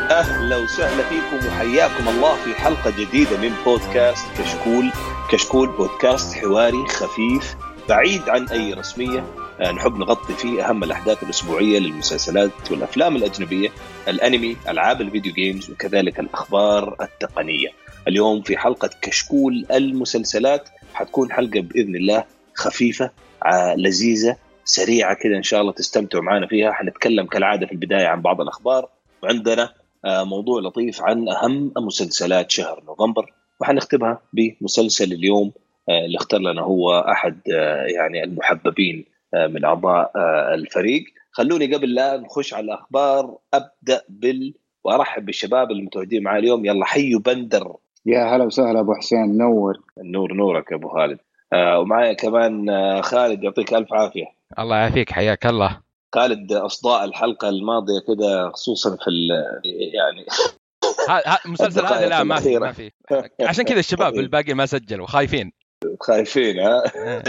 أهلا وسهلا فيكم وحياكم الله في حلقة جديدة من بودكاست كشكول بودكاست حواري خفيف بعيد عن أي رسمية. نحب نغطي فيه أهم الأحداث الأسبوعية للمسلسلات والأفلام الأجنبية، الأنمي، ألعاب الفيديو جيمز، وكذلك الأخبار التقنية. اليوم في حلقة كشكول المسلسلات حتكون حلقة بإذن الله خفيفة لذيذة سريعة كده، إن شاء الله تستمتعوا معنا فيها. حنتكلم كالعادة في البداية عن بعض الأخبار، وعندنا موضوع لطيف عن أهم مسلسلات شهر نوفمبر، وحنختمها بمسلسل اليوم اللي اختار لنا هو أحد يعني المحببين من أعضاء الفريق. خلوني قبل لا نخش على الأخبار أبدأ وأرحب بالشباب المتواجدين معي اليوم. يلا حيوا بندر. يا هلا وسهلا أبو حسين، نور. النور نورك يا أبو خالد. ومعايا كمان خالد، يعطيك ألف عافية. الله يعافيك، حياك الله. خالد أصداء الحلقة الماضية كده، خصوصا في يعني المسلسل هذا لا ما في عشان كذا الشباب الباقي ما سجلوا خايفين ها.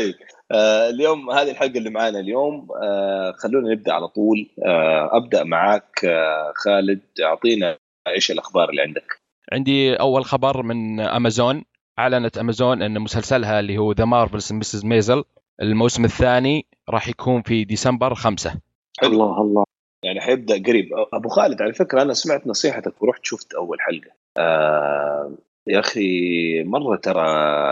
اليوم هذه الحلقة اللي معانا اليوم. خلونا نبدأ على طول. أبدأ معاك خالد، أعطينا إيش الأخبار اللي عندك. عندي أول خبر من أمازون. أعلنت أمازون أن مسلسلها اللي هو The Marvelous Mrs. Maisel الموسم الثاني راح يكون في ديسمبر 5. الله يعني حيبدأ قريب. أبو خالد، على فكرة أنا سمعت نصيحتك ورحت شفت أول حلقة. يا أخي مرة ترى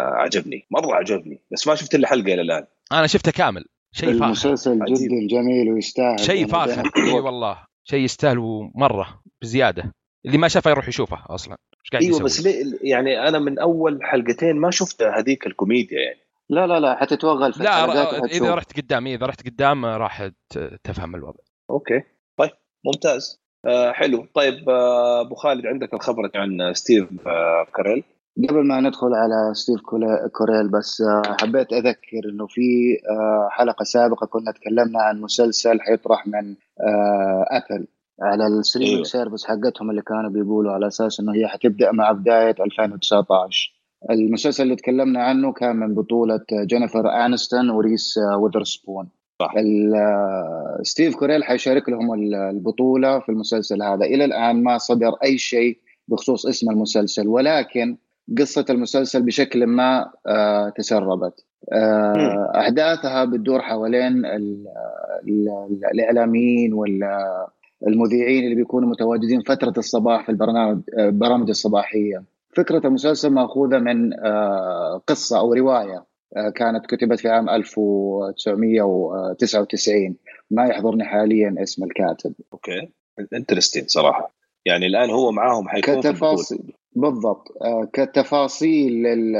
عجبني بس ما شفت إلا حلقة إلى الآن. أنا شفته كامل. شيء فاخر، المسلسل جدا جميل ويستاهل. شيء فاخر. إيه والله شيء يستاهل مرة بزيادة. اللي ما شافه يروح يشوفه أصلا. أيوة بس يعني أنا من أول حلقتين ما شفت هذيك الكوميديا يعني. لا حتتوغل في الحلقات. إذا رحت قدام راح تفهم الوضع. أوكي طيب ممتاز. حلو. طيب أبو خالد، عندك الخبر عن ستيف كاريل؟ قبل ما ندخل على ستيف كوريل بس حبيت أذكر إنه في حلقة سابقة كنا تكلمنا عن مسلسل حيطرح من أبل على الستريمينج سيرفيس حقتهم، اللي كانوا بيقولوا على أساس إنه هي حتبدأ مع بداية 2019. المسلسل اللي تكلمنا عنه كان من بطولة جينيفر آنستون وريس ويذرسبون. ستيف كوريل حيشارك لهم البطولة في المسلسل هذا. إلى الآن ما صدر أي شيء بخصوص اسم المسلسل، ولكن قصة المسلسل بشكل ما تسربت. أحداثها بتدور حوالين الإعلاميين والمذيعين اللي بيكونوا متواجدين فترة الصباح في البرامج الصباحية. فكرة المسلسل مأخوذة من قصة أو رواية كانت كتبت في عام 1999. ما يحضرني حاليا اسم الكاتب. أوكي انترستين صراحة. يعني الآن هو معاهم حيكون كتفاصيل بالضبط. كتفاصيل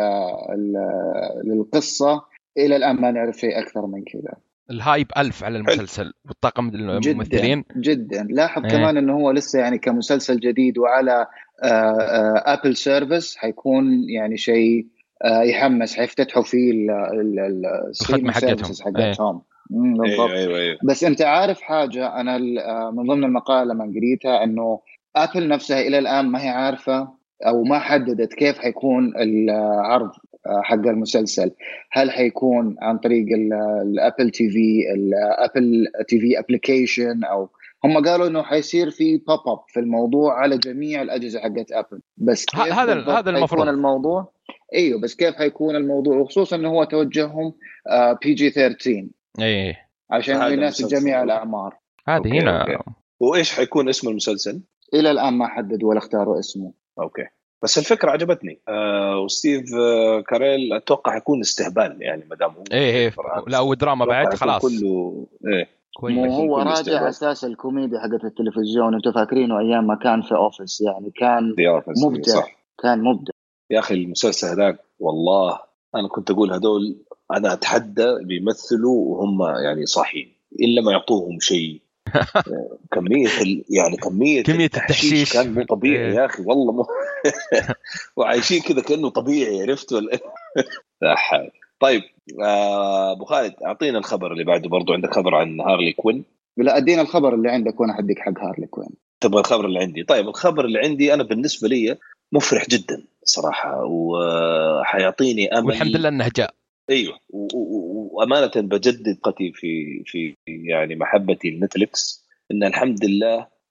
للقصة إلى الآن ما نعرف شيء أكثر من كذا. الهايب 1000 على المسلسل والطاقم الممثلين جدا. لاحظ كمان إنه هو لسه يعني كمسلسل جديد وعلى أبل سيرفيس حيكون يعني شيء يحمس. حيفتتحوا فيه الخدمة حقتهم. أيوة. بس أنت عارف حاجة، أنا من ضمن المقالة من قريتها إنه أبل نفسها إلى الآن ما هي عارفة أو ما حددت كيف حيكون العرض حق المسلسل. هل حيكون عن طريق الأبل تي في، الأبل تي في أبليكيشن، أو هم قالوا إنه حيصير في بوب أب في الموضوع على جميع الأجهزة حقت أبل. بس كيف هذا المفروض الموضوع؟ أيوه بس كيف حيكون الموضوع، وخصوصا إنه هو توجههم PG-13 عشان يناسب جميع الأعمار. هذه هنا. وإيش حيكون اسم المسلسل؟ إلى الآن ما حدد ولا اختاروا اسمه. أوكي بس الفكرة عجبتني. وستيف كاريل أتوقع حيكون استهبال يعني مدام هو لا ودراما بعد خلاص كله مو هو راجع أساس الكوميديا حقت التلفزيون. أنتوا فاكرينه أيام ما كان في أوفيس، يعني كان مبدع. كان مبدع يا أخي المسلسل هذاك. والله أنا كنت أقول هدول أنا أتحدى بيمثلوا وهم يعني صاحين إلا ما يعطوهم شيء. كمية التحشيش كان مو طبيعي يا أخي والله وعايشين كذا كأنه طبيعي، عرفت ولا طيب أبو خالد أعطينا الخبر اللي بعده. برضو عندك خبر عن هارلي كوين؟ لا أدينا الخبر اللي عندك وأنا حديك حق هارلي كوين. تبغى الخبر اللي عندي؟ طيب الخبر اللي عندي أنا بالنسبة لي مفرح جدا صراحة، وحيعطيني أمل والحمد لله أنه جاء. ايوه وامانه بجدد ثقتي في يعني محبتي لنتفليكس، ان الحمد لله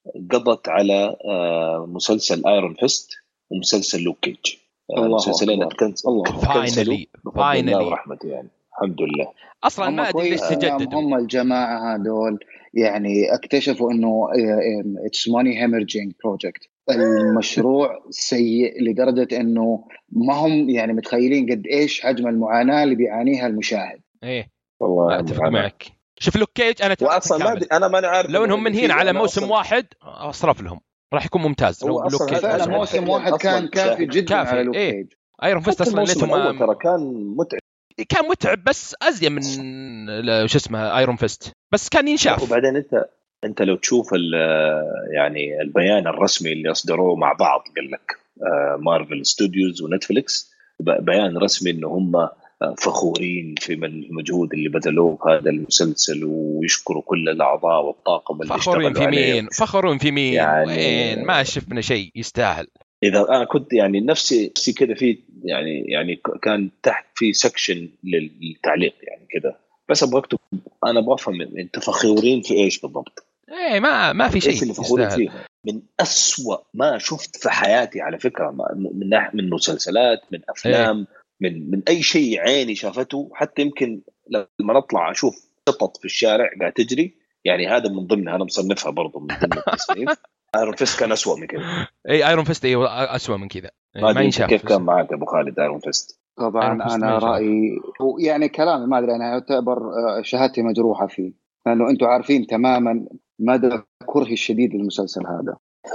قضت على مسلسل ايرون فيست ومسلسل لوك كيج. المسلسلين اتكنسلوا بفضل الله ورحمته، يعني الحمد لله. اصلا ما ادري ليش تجددوا. هم الجماعه هذول يعني اكتشفوا انه اتس ماني هيمرجينج بروجكت. المشروع سيء لدرجه انه ما هم يعني متخيلين قد ايش حجم المعاناه اللي بيعانيها المشاهد. ايه والله اتفق معك. شوف لوك كيج انا واصلا انا ما عارف لو انهم منهين على موسم واحد اصرف لهم راح يكون ممتاز. لو لوك كيج فعلا موسم واحد كان كافي جدا على لوك كيج. ايرون فيست اصلا ليتهم ترى كان متعب بس ازين من شو اسمه ايرون فيست، بس كان ينشاف. وبعدين انت لو تشوف يعني البيان الرسمي اللي اصدروه مع بعض، قال لك مارفل ستوديوز ونتفليكس بيان رسمي انه هم فخورين في المجهود اللي بذلوه في هذا المسلسل، ويشكروا كل الاعضاء والطاقم اللي اشتغلوا عليه. فخورين في مين يعني وين؟ ما شفنا شيء يستاهل. اذا انا كنت يعني نفسي كذا في يعني كان تحت في سكشن للتعليق يعني كذا، بس ابغى اكتب انا بفهم انتم فخورين في ايش بالضبط. ايه ما في شيء يستاهل. من أسوأ ما شفت في حياتي على فكره، من مسلسلات، من افلام، من اي شيء عيني شافته. حتى يمكن لما نطلع اشوف قطط في الشارع قاعد تجري، يعني هذا من ضمنها، انا مصنفها برضو من ضمن التصنيف. ايرون فيست كان أسوأ من كذا. ايرون فيست أسوأ من كذا. ما ينشاف. كيف كان معك ابو خالد ايرون فيست؟ طبعا انا رايي يعني كلامي ما ادري، انا يعتبر شهادتي مجروحه فيه، لانه انتم عارفين تماما مدى كرهي الشديد للمسلسل هذا.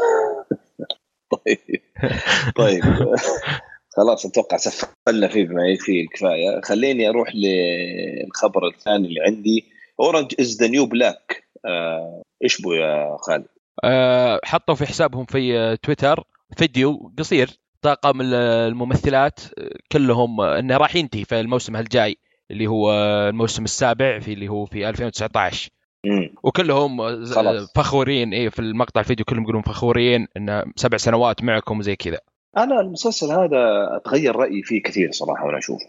طيب خلاص اتوقع سفلنا فيه بما يكفي الكفايه. خليني اروح للخبر الثاني اللي عندي. اورنج از ذا نيو بلاك. ايش بو يا خالد؟ حطوا في حسابهم في تويتر فيديو قصير طاقم الممثلات كلهم انه راح ينتهي في الموسم الجاي اللي هو الموسم السابع في اللي هو في 2019. وكلهم فخورين في المقطع الفيديو، كلهم يقولون فخورين ان 7 سنوات معكم زي كذا. انا المسلسل هذا اتغير رايي فيه كثير صراحه وانا اشوفه.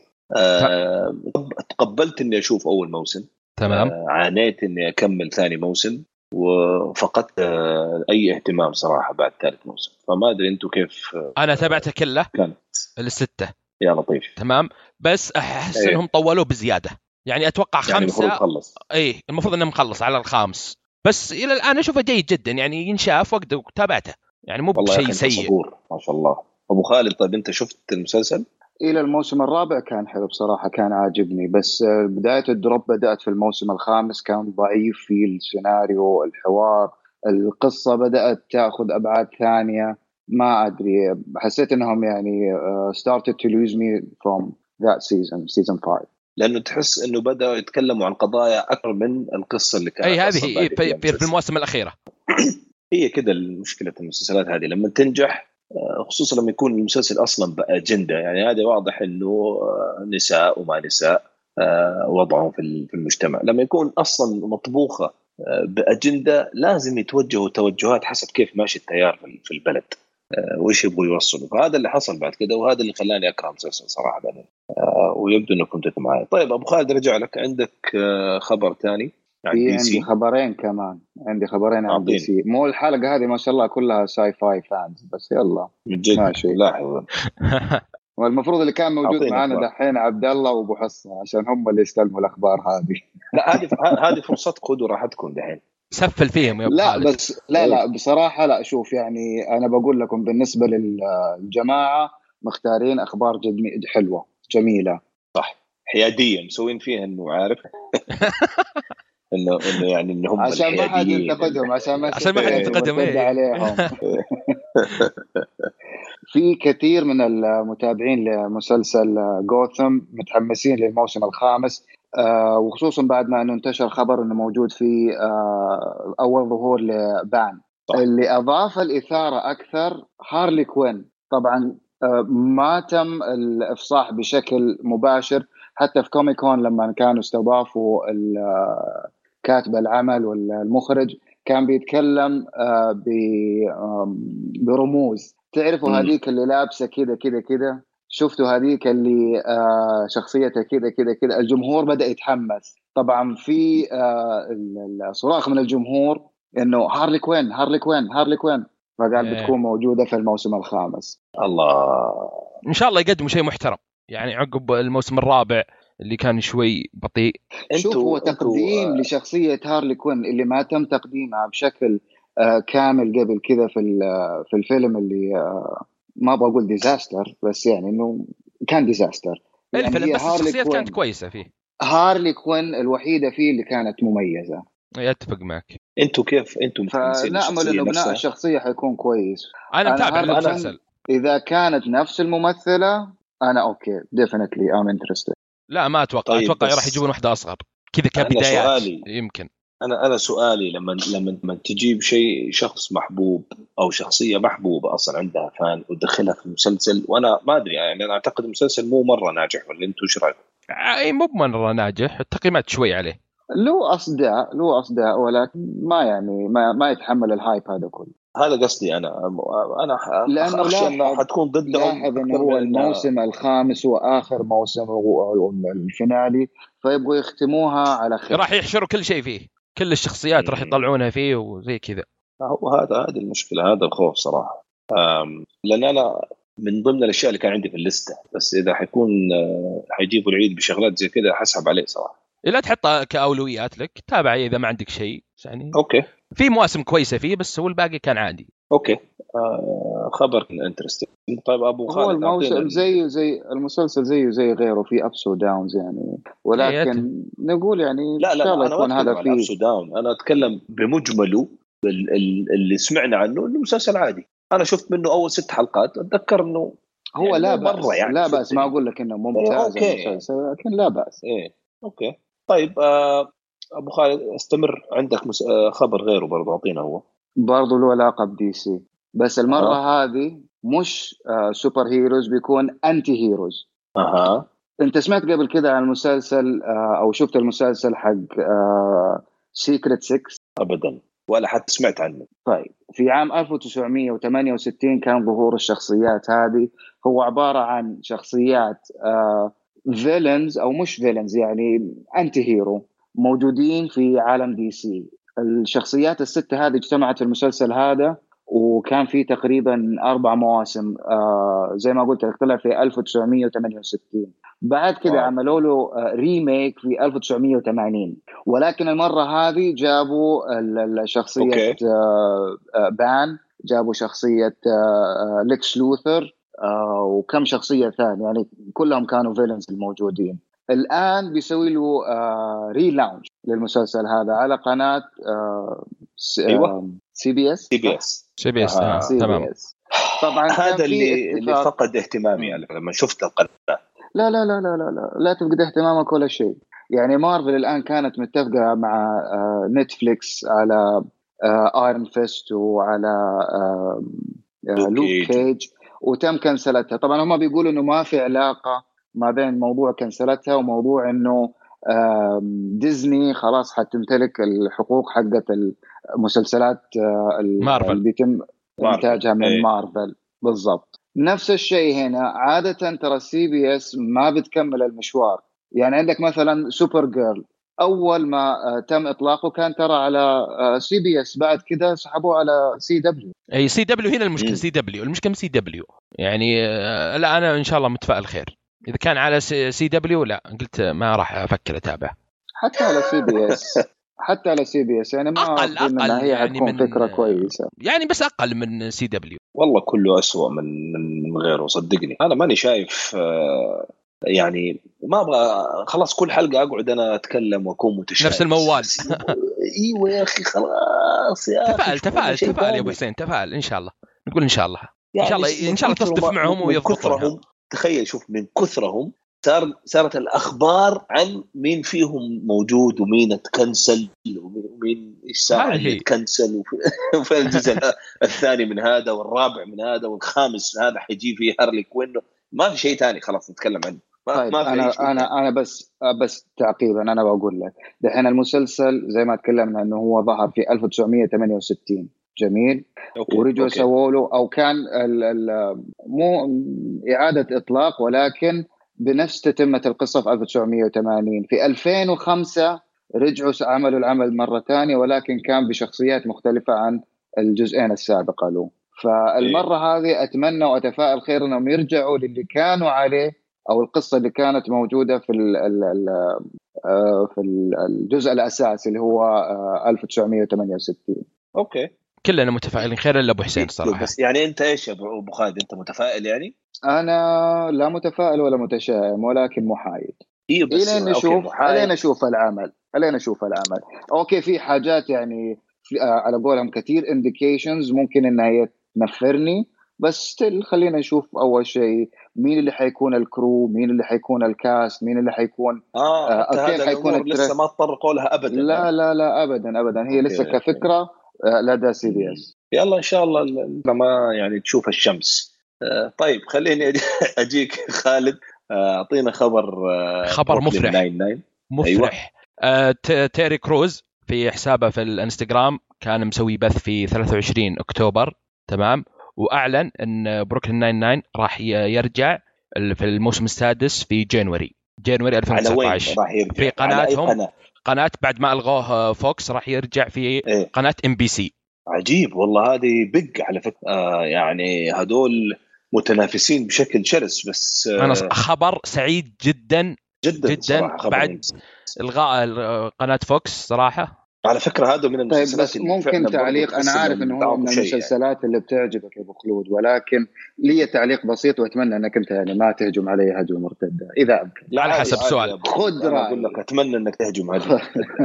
تقبلت اني اشوف اول موسم، تمام. عانيت اني اكمل ثاني موسم، وفقدت اي اهتمام صراحه بعد ثالث موسم. فما ادري انتم كيف. انا تابعته كله الستة. يا لطيف. تمام، بس احس انهم طولوه بزياده. يعني اتوقع 5 المفروض انه مخلص على الخامس، بس الى الان اشوفه جيد جدا، يعني ينشاف وقت تابعته، يعني مو بشيء سيء. ما شاء الله. ابو خالد طيب انت شفت المسلسل؟ الى الموسم الرابع كان حلو بصراحه، كان عاجبني، بس بدايه الدروب بدات في الموسم الخامس، كان ضعيف في السيناريو، الحوار، القصه بدات تاخذ ابعاد ثانيه. ما ادري، حسيت انهم يعني started to lose me from that season 5، لانه تحس انه بداوا يتكلموا عن قضايا اكثر من القصه اللي كانت. هذه في المواسم الاخيره. هي كده المشكله المسلسلات هذه لما تنجح، خصوصا لما يكون المسلسل اصلا باجنده. يعني هذا واضح انه نساء وما نساء وضعهم في المجتمع، لما يكون اصلا مطبوخه باجنده لازم يتوجهوا توجهات حسب كيف ماشي التيار في البلد وايش يبغوا يوصلوا. فهذا اللي حصل بعد كده، وهذا اللي خلاني اكره المسلسل صراحه بعدين. ويبدو انكم كنتوا معي. طيب ابو خالد رجع لك، عندك خبر ثاني عن دي سي؟ عندي خبرين كمان، عندي خبرين عن دي سي. مو الحلقه هذه ما شاء الله كلها ساي فاي فانز، بس يلا ماشي. لاحظ والمفروض اللي كان موجود معنا دحين عبد الله وابو حصه عشان هم اللي يستلموا الاخبار هذه. لا هذه فرصتكم، خذوا راحتكم دحين، سفل فيهم يا ابو خالد. بس لا بصراحه لا، شوف يعني انا بقول لكم بالنسبه للجماعه مختارين اخبار حلوه جميله، صح، حياديه مسوين فيها انه عارف انه يعني انهم عشان ما حد ينتقدهم، عشان ما حد ينتقدهم عليهم. في كثير من المتابعين لمسلسل غوثم متحمسين للموسم الخامس، وخصوصا بعد ما انه انتشر خبر انه موجود في اول ظهور لبان. اللي اضاف الاثاره اكثر هارلي كوين. طبعا ما تم الافصاح بشكل مباشر، حتى في كوميكون لما كانوا استضافوا كاتب العمل والمخرج كان بيتكلم برموز. تعرفوا هذيك اللي لابسه كده كده كده، شفتوا هذيك اللي شخصيتها كده كده كده. الجمهور بدأ يتحمس طبعا، في الصراخ من الجمهور انه هارلي كوين فقال بتكون موجوده في الموسم الخامس. الله، ان شاء الله يقدموا شيء محترم يعني عقب الموسم الرابع اللي كان شوي بطيء. شوف هو تقديم لشخصيه هارلي كوين اللي ما تم تقديمها بشكل كامل قبل كذا في الفيلم اللي ما بقول ديزاستر بس يعني انه كان ديزاستر يعني. الفيلم بس الشخصيات كانت كويسه فيه. هارلي كوين الوحيده فيه اللي كانت مميزه. اتفق معك. انتوا كيف انتم فنأمل انه بناء الشخصيه حيكون كويس. انا متابع المسلسل. اذا كانت نفس الممثله انا اوكي definitely I'm interested. لا ما اتوقع. طيب اتوقع راح يجيبون واحده اصغر كذا كبدايات. يمكن انا سؤالي لما تجيب شخص محبوب او شخصيه محبوبه اصلا عندها فان وتدخلها في المسلسل، وانا ما ادري يعني انا اعتقد المسلسل مو مره ناجح، ولا انتم ايش رايكم؟ اي مو مره ناجح، التقييمات شوي عليه. له اصداء ولكن ما يعني ما يتحمل الهايب هذا كله. هذا قصدي انا لانه اخشى انه حتكون ضدهم. لاحظ انه هو الموسم الخامس واخر موسم الفينالي، فيبغوا يختموها على خير. راح يحشروا كل شيء فيه، كل الشخصيات راح يطلعونها فيه وزي كذا. هذه المشكله، هذا الخوف صراحه. لان انا من ضمن الاشياء اللي كان عندي في الليسته، بس اذا حيجيبوا العيد بشغلات زي كذا حسحب عليه صراحه. لا تحطها كاولويات لك، تابع اذا ما عندك شيء يعني. اوكي، في مواسم كويسه فيه بس هو الباقي كان عادي. اوكي. خبر انترستينج. طيب ابو خالد، هو الموسم زي المسلسل زي غيره في ابس وداونز يعني، ولكن نقول يعني لا ان شاء الله يكون هذا في ابس وداون. انا اتكلم بمجمله اللي سمعنا عنه انه مسلسل عادي. انا شفت منه اول 6 حلقات، اتذكر انه هو يعني لا بأس يعني لا بأس، ما اقول لك انه ممتاز المسلسل، لكن لا بأس. اوكي. طيب ابو خالد استمر، عندك خبر غيره برضه اعطينا. هو برضه له علاقه بدي سي، بس المره هذه مش سوبر هيروز، بيكون انتي هيروز. انت سمعت قبل كده عن المسلسل او شفت المسلسل حق سيكريت 6؟ ابدا، ولا حتى سمعت عنه. طيب في عام 1968 كان ظهور الشخصيات هذه. هو عباره عن شخصيات فيلنز او مش فيلنز، يعني انتي هيرو موجودين في عالم دي سي. الشخصيات ال6 هذه اجتمعت في المسلسل هذا، وكان فيه تقريبا 4 مواسم. زي ما قلت لك طلع في 1968. بعد كده عملوا له ريميك في 1980، ولكن المرة هذه جابوا شخصية بان، جابوا شخصية ليكس لوثر، وكم شخصية ثانية يعني كلهم كانوا فيلنز الموجودين. الآن بيسوي له ريلانش للمسلسل هذا على قناة سي بي اس. تمام. طبعا هذا اللي فقد اهتمامي لما شفت القناة. لا تفقد اهتمامك ولا شيء. يعني مارفل الآن كانت متفقة مع نتفليكس على ايرون فيست وعلى لوك كيج، وتم كنسلتها. طبعا هم بيقولوا انه ما في علاقة ما بين موضوع كنسلتها وموضوع انه ديزني خلاص حتمتلك الحقوق حقت المسلسلات اللي بيتم إنتاجها من مارفل. بالضبط نفس الشيء هنا. عادة ترى سي بي اس ما بتكمل المشوار. يعني عندك مثلا سوبر جيرل، أول ما تم إطلاقه كان ترى على سي بي اس، بعد كده سحبوه على سي دبليو. أي سي دبليو هنا المشكلة. سي دبليو المشكلة سي دبليو يعني. لا أنا إن شاء الله متفائل خير. إذا كان على سي دبليو لا قلت ما راح أفكر أتابع. حتى على سي بي اس حتى على سي بي اس يعني ما أقل هي يعني من فكرة كويسة يعني، بس أقل من سي دبليو. والله كله أسوأ من غيره صدقني. أنا ماني شايف يعني ما أبغى خلاص كل حلقة أقعد أنا أتكلم وأكون متشائم نفس الموال. إيوه يا أخي خلاص يا تفائل يا أبو حسين، تفائل إن شاء الله. نقول إن شاء الله يعني إن شاء الله تصدف معهم ويضبطونها. تخيل شوف من كثرهم صارت الأخبار عن مين فيهم موجود ومين اتكنسل ومين الساعة اللي اتكنسل وفي الجزء الثاني من هذا والرابع من هذا والخامس هذا حيجي فيه هارلي كوين. ما في شيء تاني خلاص نتكلم عنه. طيب أنا بس تعقيبا أنا بقول لك دحين المسلسل زي ما تكلمنا إنه هو ظهر في 1968. جميل. ورجعوا سووا له أو كان مو إعادة إطلاق ولكن بنفس تتمة القصة في 1980. في 2005 رجعوا عملوا العمل مرة تانية، ولكن كان بشخصيات مختلفة عن الجزئين السابقة له. فالمرة هذه أتمنى وأتفائل خير أنهم يرجعوا للي كانوا عليه أو القصة اللي كانت موجودة في الجزء الأساسي اللي هو 1968. أوكي، كلنا متفائلين خير إلا أبو حسين صراحة. بس يعني أنت إيش يا أبو خالد، أنت متفائل يعني؟ أنا لا متفائل ولا متشائم، ولكن محايد. إيه بس إلين نشوف العمل. أوكي، في حاجات يعني على قولهم كتير indications ممكن إنها تنفرني، بس خلينا نشوف أول شيء مين اللي حيكون الكرو، مين اللي حيكون الكاست، مين اللي حيكون كيف حيكون لسه ما تطرقوا لها أبدا. لا أبدا هي لسه كفكرة لدى CBS. يلا إن شاء الله لما يعني تشوف الشمس. طيب خليني أجيك خالد، أعطينا خبر مفرح. أيوة. تيري كروز في حسابه في الانستغرام كان مسوي بث في 23 أكتوبر، تمام، وأعلن أن بروكلين 99 راح يرجع في الموسم السادس في جانوري 2019 في قناتهم. قناة بعد ما ألغوه فوكس راح يرجع في قناة MBC. عجيب والله، هذه بق على فكرة. يعني هدول متنافسين بشكل شرس، بس أنا خبر سعيد جدا بعد إلغاء قناة فوكس صراحة. على فكرة هذا من المسلسلات. طيب ممكن تعليق، أنا عارف أنه هو من المسلسلات يعني اللي بتعجبك يا أبو خلود، ولكن لي تعليق بسيط وأتمنى أنك أنت يعني ما تهجم علي هجوم مرتدة إذا أمكن. على حسب سؤال. خذ رأيي. أقول لك أتمنى أنك تهجم علي.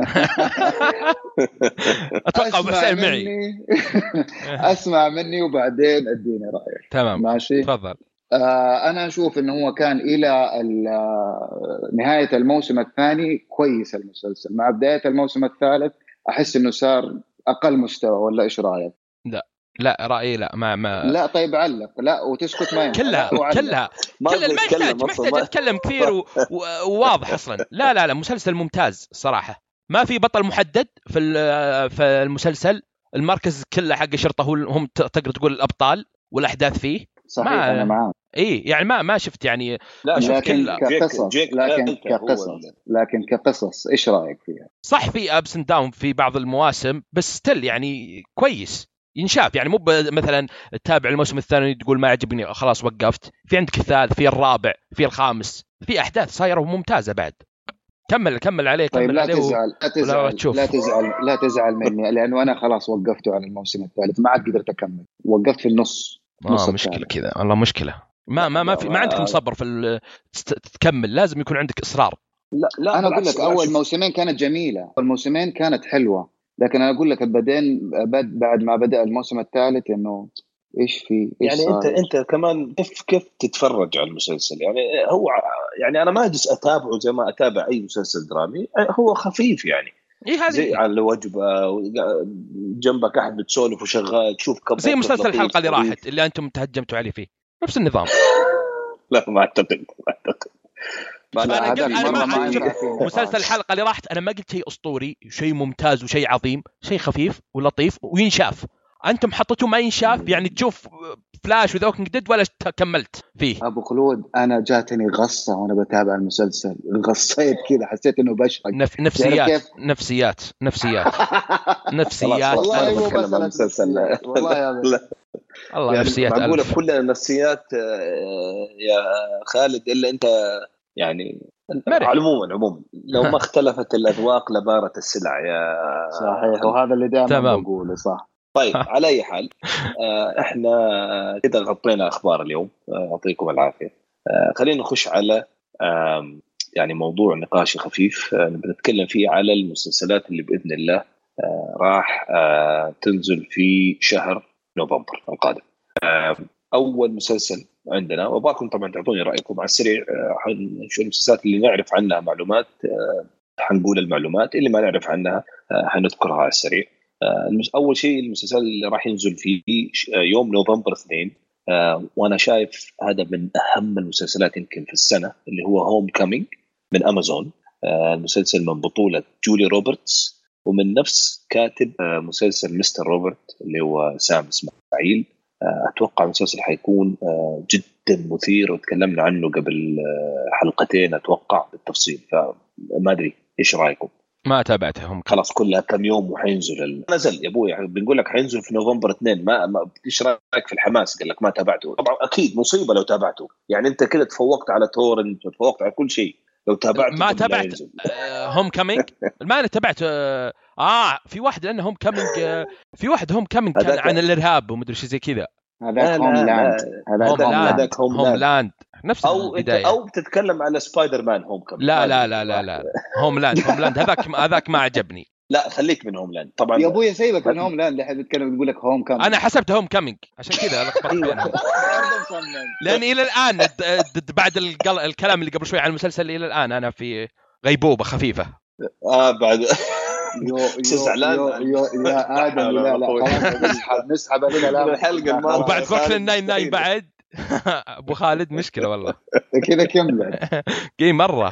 أتوقع بحسين معي. أسمع مني وبعدين أديني رأيك. تمام ماشي، تفضل. أنا أشوف أنه هو كان إلى نهاية الموسم الثاني كويس المسلسل، مع بداية الموسم الثالث أحس إنه صار أقل مستوى، ولا إيش رأيك؟ لا رأيي ما لا. طيب علق، لا وتسكت ما ينفع. كلها ما يحتاج أتكلم كثير وواضح أصلا. لا مسلسل ممتاز صراحة، ما في بطل محدد في المسلسل، المركز كله حق الشرطة هم تقدر تقول الأبطال والأحداث فيه. صحيح أنا معاك. يعني ما شفت يعني. لا شفت لكن كقصص إيش رأيك فيها؟ صح في أبس اند داون في بعض المواسم، بس ستيل يعني كويس ينشاف. يعني مو مثلا تتابع الموسم الثاني تقول ما عجبني خلاص وقفت. في عندك الثالث، في الرابع، في الخامس، في أحداث صايرة ممتازة بعد. كمل عليه. طيب لا تزعل مني، لأنه أنا خلاص وقفته على الموسم الثالث، ما عاد قدرت أكمل، وقفت في النص. مشكلة كذا والله، مشكلة. ما عندك مصبر في تكمل، لازم يكون عندك إصرار. لا أنا أقول لك أول موسمين كانت جميلة، الموسمين كانت حلوة، لكن أنا أقول لك بعدين بعد ما بدأ الموسم الثالث إنه إيش يعني أنت كمان كيف تتفرج على المسلسل؟ يعني هو يعني أنا ما أجلس أتابعه زي ما أتابع أي مسلسل درامي، هو خفيف يعني. زي على الوجبة جنبك أحد بتسولف وشغال تشوف كم زي مسلسل الحلقة اللي راحت اللي أنتم تهجمتوا عليه فيه، نفس النظام. لا ما أعتقد. مسلسل الحلقة اللي راحت أنا ما قلت شيء أسطوري، شيء ممتاز وشيء عظيم، شيء خفيف ولطيف وينشاف. أنتم حطيتوا ما ينشاف، يعني تشوف فلاش وذا ووكينج ديد ولا كملت فيه. أبو خلود أنا جاتني غصة وأنا بتابع المسلسل، غصيت كذا، حسيت إنه بشرق. نفسيات والله مو بس المسلسل، والله لا الله يعني نفسيات. معقولة كلنا نفسيات يا خالد إلا أنت يعني. عموما لو ما اختلفت الأذواق لبارت السلع يا صحيح، وهذا اللي دائما بقوله صح. طيب على أي حال إحنا كده غطينا أخبار اليوم، يعطيكم العافية. خلينا نخش على يعني موضوع نقاشي خفيف بنتكلم فيه على المسلسلات اللي بإذن الله راح تنزل في شهر نوفمبر القادم. أول مسلسل عندنا، وباكم طبعا تعطوني رأيكم على السريع. شو المسلسلات اللي نعرف عنها معلومات، حنقول المعلومات اللي ما نعرف عنها حنذكرها على السريع. أول شيء المسلسل اللي راح ينزل فيه يوم نوفمبر 2، وأنا شايف هذا من أهم المسلسلات يمكن في السنة، اللي هو هوم كامينج من أمازون. المسلسل من بطولة جولي روبرتس ومن نفس كاتب مسلسل مستر روبرت اللي هو سام إسماعيل. أتوقع المسلسل حيكون جدا مثير، وتكلمنا عنه قبل حلقتين أتوقع بالتفصيل، فما أدري إيش رأيكم؟ ما تابعته هم خلاص كلها كم يوم وحينزل نزل يا ابوي، يعني بنقول لك حينزل في نوفمبر 2. ما ايش رايك في الحماس؟ قال لك ما تابعته. طبعا اكيد مصيبه لو تابعته، يعني انت كده تفوقت على تورنت وتفوقت على كل شيء لو تابعته. ما تابعت هوم كامينج. ما انا تابعت في واحد لانه هوم كامينج، في واحد هوم كامينج كان عن الارهاب ومدري شيء زي كذا. هذاك هوم لاند نفس البدايه. او بتتكلم على سبايدر مان هوم كامينج. لا هوم لاند هذاك ما عجبني. لا خليك من هوم لاند طبعا يا ابوي، سيبك من هوم لاند اللي احنا بنتكلم بنقول لك هوم كامينج. انا حسبته هوم كامينج عشان كذا لخبطت بينهم. لان الى الان بعد الكلام اللي قبل شوي عن المسلسل الى الان انا في غيبوبه خفيفه. بعد زعلان يا ادم. لا نسحب علينا لا الحلقه الماضيه وبعد بروكلين 99 بعد ابو خالد مشكله والله كذا كمل قي مره.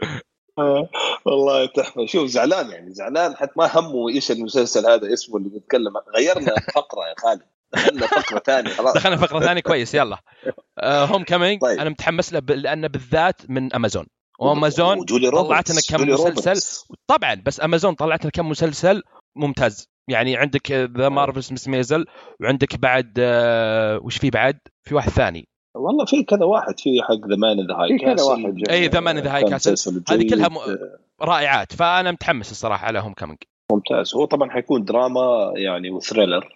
والله تحفه. شوف زعلان، يعني زعلان حتى ما همه ايش المسلسل هذا اسمه اللي بيتكلم. غيرنا فقره يا خالد، دخلنا فقره ثانيه. خلاص دخلنا فقره ثانيه كويس يلا. هوم كامينج طيب. انا متحمس له لانه بالذات من امازون، وامازون طلعت لنا كم مسلسل طبعا، بس امازون طلعت لنا كم مسلسل ممتاز. يعني عندك ذا مارفلز مس ميزل، وعندك بعد وش في بعد؟ في واحد ثاني والله، في كذا واحد، في حق ذا مان ذا هاي كاسل. اي ذا مان ذا هاي كاسل، هذه كلها رائعات. فانا متحمس الصراحه على هوم كامينج. ممتاز. هو طبعا حيكون دراما يعني وثريلر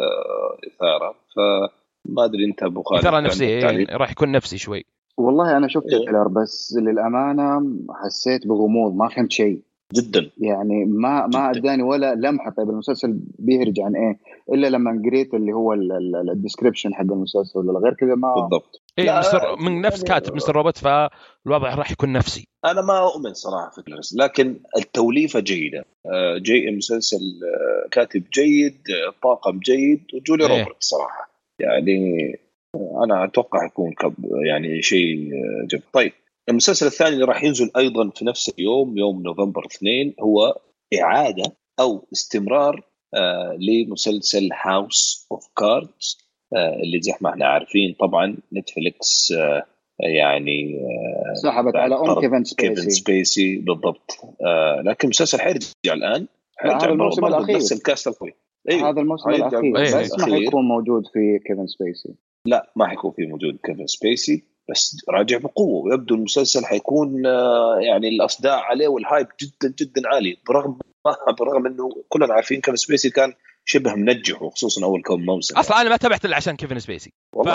اثاره. فما ادري انت ابو خالد اثاره نفسيه راح يكون نفسي شوي. والله انا شفت التريلر بس للامانه حسيت بغموض، ما فهمت شيء جدا. يعني ما اداني ولا لمحه. طيب المسلسل بيهرج عن ايه؟ الا لما قريت اللي هو الديسكريبشن حق المسلسل، ولا غير كذا ما بالضبط. من نفس كاتب مستر روبوت، فالوضع راح يكون نفسي. انا ما اؤمن صراحه في الرسم، لكن التوليفه جيده. مسلسل كاتب جيد، طاقم جيد، وجولي روبرت صراحه يعني انا اتوقع يكون يعني شيء جيد. طيب المسلسل الثاني اللي راح ينزل ايضا في نفس اليوم، يوم نوفمبر 2، هو اعاده او استمرار لمسلسل هاوس اوف كاردز، اللي زي ما احنا عارفين طبعا نتفليكس يعني سحبت على كيفن سبيسي بالضبط. لكن مسلسل حيرجع الان، هذا الموسم الاخير نفس الكاست القوي. هذا الموسم الاخير بس ما حيكون موجود في كيفن سبيسي. لا ما حيكون في موجود كيفن سبيسي، بس راجع بقوه. ويبدو المسلسل حيكون يعني الاصداء عليه والهايب جدا جدا عالي، برغم انه كلنا عارفين كيفن سبيسي كان شبه منجح، وخصوصا اول كم موسم. اصلا انا ما تابعت الا عشان كيفن سبيسي.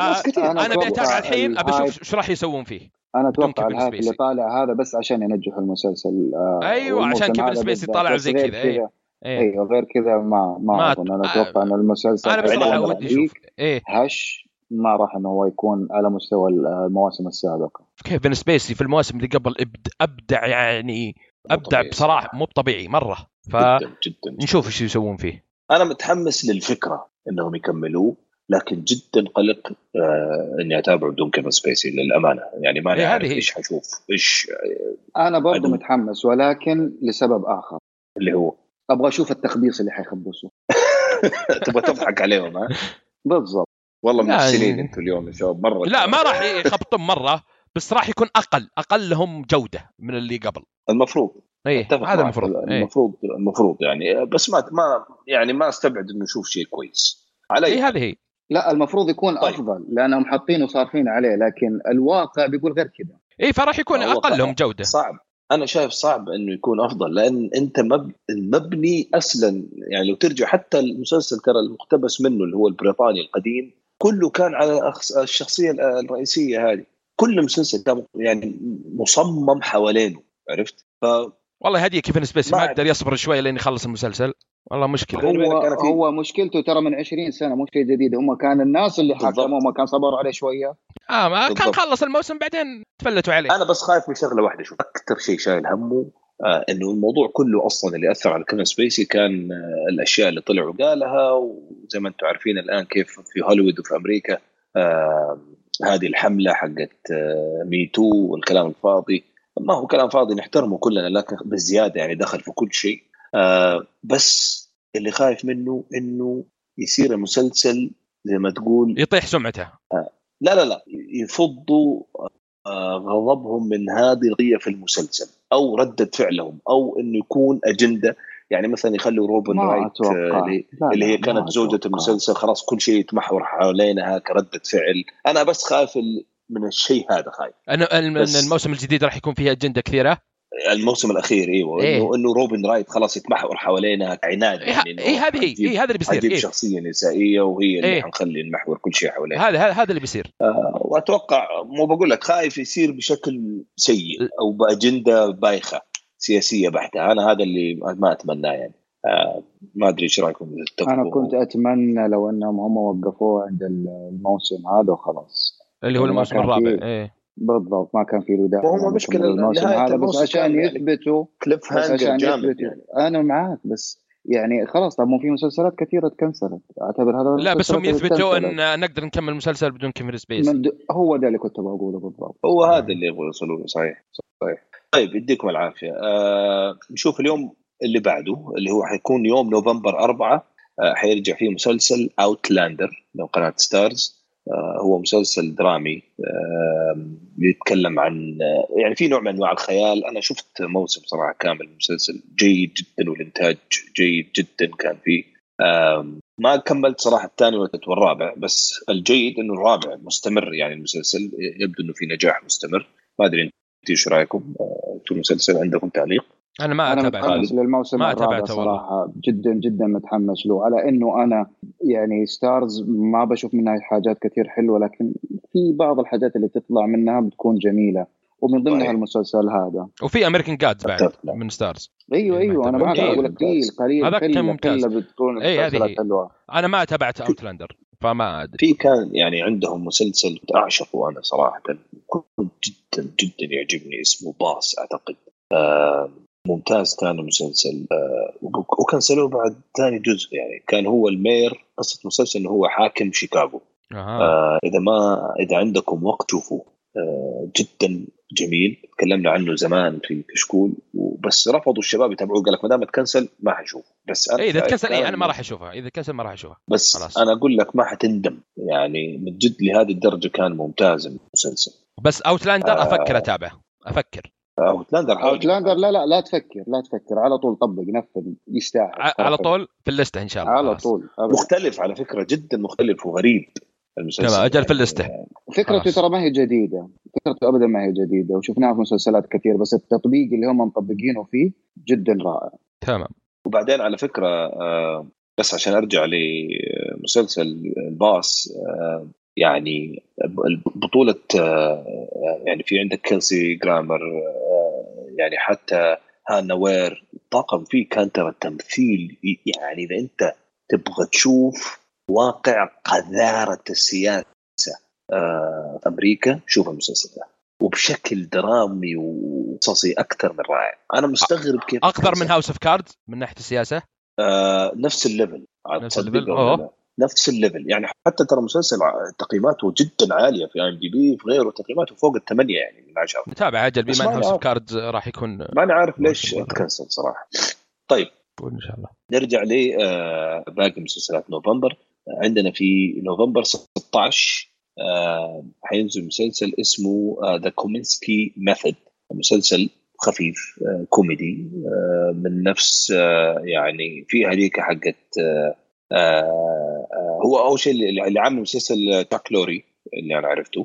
انا بتابع الحين ابى اشوف ايش راح يسوون فيه. انا اتوقع الهايب اللي طالع هذا بس عشان ينجح المسلسل. ايوه عشان كيفن سبيسي طالع زي كذا. ايوه غير كذا ما اظن. انا اتوقع ان المسلسل انا بصراحه ودي اشوف هش ما راح انه هو يكون على مستوى المواسم السابقه. كيفن سبيسي في المواسم اللي قبل ابدع يعني ابدع بصراحه مو طبيعي مره. جدا نشوف ايش يسوون فيه. انا متحمس للفكره انهم يكملوه، لكن جدا قلق اني اتابع بدون كيفن سبيسي للامانه. يعني ما نعرف ايش حشوف ايش. انا برضو متحمس، ولكن لسبب اخر اللي هو ابغى اشوف التخبيص اللي حيخبصوا. تبغى تضحك عليهم ها؟ بالضبط. والله مفسرين انتوا اليوم يا شباب مره. لا ما راح يخبطون مره، بس راح يكون اقل لهم جوده من اللي قبل المفروض. هذا المفروض يعني. بس ما استبعد انه نشوف شيء كويس علي. هذه هي. لا المفروض يكون افضل لانهم حاطينه وصارفين عليه، لكن الواقع بيقول غير كذا. فراح يكون اقل لهم جوده. صعب. انا شايف صعب انه يكون افضل، لان انت مبني اصلا. يعني لو ترجع حتى المسلسل ترى المقتبس منه اللي هو البريطاني القديم كله كان على الشخصيه الرئيسيه هذه. كل مسلسل كان يعني مصمم حوالينه، عرفت؟ والله هذه كيفن سبيسي ما قدر يصبر شويه لين يخلص المسلسل. والله مشكله. هو مشكلته ترى من 20 سنه مش شيء جديد. هم كان الناس اللي حكموا ما كان صبروا عليه شويه. ما كان خلص الموسم بعدين تفلتوا عليه. انا بس خايف من شغله واحده. شوف اكثر شيء شايل همه انه الموضوع كله اصلا اللي اثر على كيفن سبيسي كان الاشياء اللي طلع وقالها. وزي ما انتم عارفين الان كيف في هوليوود وفي امريكا هذه الحمله حقت ميتو والكلام الفاضي. ما هو كلام فاضي نحترمه كلنا، لكن بزياده يعني دخل في كل شيء. بس اللي خايف منه انه يصير المسلسل زي ما تقول يطيح سمعته. لا يفضوا غضبهم من هذه القضية في المسلسل أو ردة فعلهم أو إنه يكون أجندة. يعني مثلا يخلوا روبن رايت اللي هي كانت زوجة المسلسل خلاص كل شيء يتمحور حوالينها كردة فعل. أنا بس خايف من الشيء هذا، خايف أنا الموسم الجديد راح يكون فيها أجندة كثيرة. الموسم الأخير إيوه إنه روبن رايت خلاص يتمحور حوالينها عناد، يعني هذا اللي بيصير. حجيب شخصية نسائية وهي اللي حنخلي المحور كل شيء حواليها. هذا اللي بيصير. وأتوقع مو بقول لك خايف يصير بشكل سيء أو بأجندة بايخة سياسية بحتة. أنا هذا اللي ما أتمناه يعني. ما أدري إيش رأيكم؟ أنا كنت أتمنى لو أنهم هم وقفوه عند الموسم هذا وخلاص، اللي هو الموسم الرابع. بالضبط، ما كان في له داعي. وهم مشكلة الموسم هذا بس عشان يثبتوا كليف هانجر جامد يعني. أنا معاك بس يعني خلاص. طب مو في مسلسلات كثيرة تكنسلت، أعتبر هذا لا بس هم يثبتوا أن نقدر نكمل مسلسل بدون كيفن سبيس. هو ده اللي كنت بقوله بالضبط. هو هذا اللي يبغوا يوصلوا. صحيح. طيب يديكم العافية. نشوف اليوم اللي بعده اللي هو حيكون يوم نوفمبر 4. حيرجع فيه مسلسل أوتلاندر من قناة ستارز. هو مسلسل درامي يتكلم عن يعني في نوع من أنواع الخيال. أنا شفت موسم صراحة كامل، المسلسل جيد جدا والإنتاج جيد جدا كان فيه. ما كملت صراحة الثاني والرابع، بس الجيد إنه الرابع مستمر، يعني المسلسل يبدو إنه في نجاح مستمر. ما أدري أنتوا إيش رأيكم في المسلسل؟ عندكم تعليق؟ أنا متحمس للموسم الرابع صراحة، جدا جدا متحمس له، على إنه أنا يعني ستارز ما بشوف منها حاجات كثير حلوة، لكن في بعض الحاجات اللي تطلع منها بتكون جميلة، ومن ضمنها المسلسل هذا. وفي أمريكان جادز بعد من ستارز. أيوة أنا ما أقول لك قليل هذا كان ممتاز. بتكون مسلسلات حلوة. أنا ما تابعت أوتلاندر فما أدري. في كان يعني عندهم مسلسل أعشقه أنا صراحة، جدا جدا يعجبني، اسمه باس أعتقد. ممتاز كان المسلسل. وكنسلوه بعد ثاني جزء. يعني كان هو المير، قصة مسلسل إنه هو حاكم شيكاغو. إذا عندكم وقت شوفوه. جدا جميل. تكلمنا عنه زمان في كشكول، وبس رفضوا الشباب يتابعوه، قال لك ما دام تكنسل ما حشوف. بس إذا تكنسل أنا ما راح أشوفها. إذا كنسل ما راح أشوفها. بس خلاص. أنا أقول لك ما حتندم يعني، من جد لهذه الدرجة كان ممتاز المسلسل. بس أوتلاندر أفكر أتابعه. أوتلاندر لا تفكر على طول، طبق نفذ، يستاهل على طول في الليستة إن شاء الله. على طول. مختلف على فكرة، جدا مختلف وغريب المسلسل. تمام، أجل في الليستة. فكرته ترى ما هي جديدة، فكرته أبدا ما هي جديدة، وشفناها في مسلسلات كثير، بس التطبيق اللي هم مطبقينه فيه جدا رائع. تمام. وبعدين على فكرة بس عشان أرجع لمسلسل الباس، يعني بطولة يعني في عندك كيلسي جرامر، يعني حتى هانا وير. الطاقم فيه كان ترى التمثيل، يعني إذا أنت تبغى تشوف واقع قذارة السياسة في أمريكا، شوف المسلسل ده، وبشكل درامي وقصصي أكثر من رائع. أنا مستغرب كيف أكثر من هاوس اوف كاردز من ناحية السياسة. نفس الليفل يعني. حتى ترى مسلسل تقييماته جدا عالية في IMDb، في غيره تقييماته فوق 8 يعني من 10. نتابع أجل بما أن هاوس اوف كاردز راح يكون، ما أنا عارف ليش تكنسل صراحة. طيب إن شاء الله نرجع لباقي مسلسلات نوفمبر. عندنا في نوفمبر 16 حينزل مسلسل اسمه The Kominsky Method. مسلسل خفيف كوميدي من نفس يعني في هذيك حقت هو أول شيء اللي عامل مسلسل تاك لوري اللي أنا عرفته.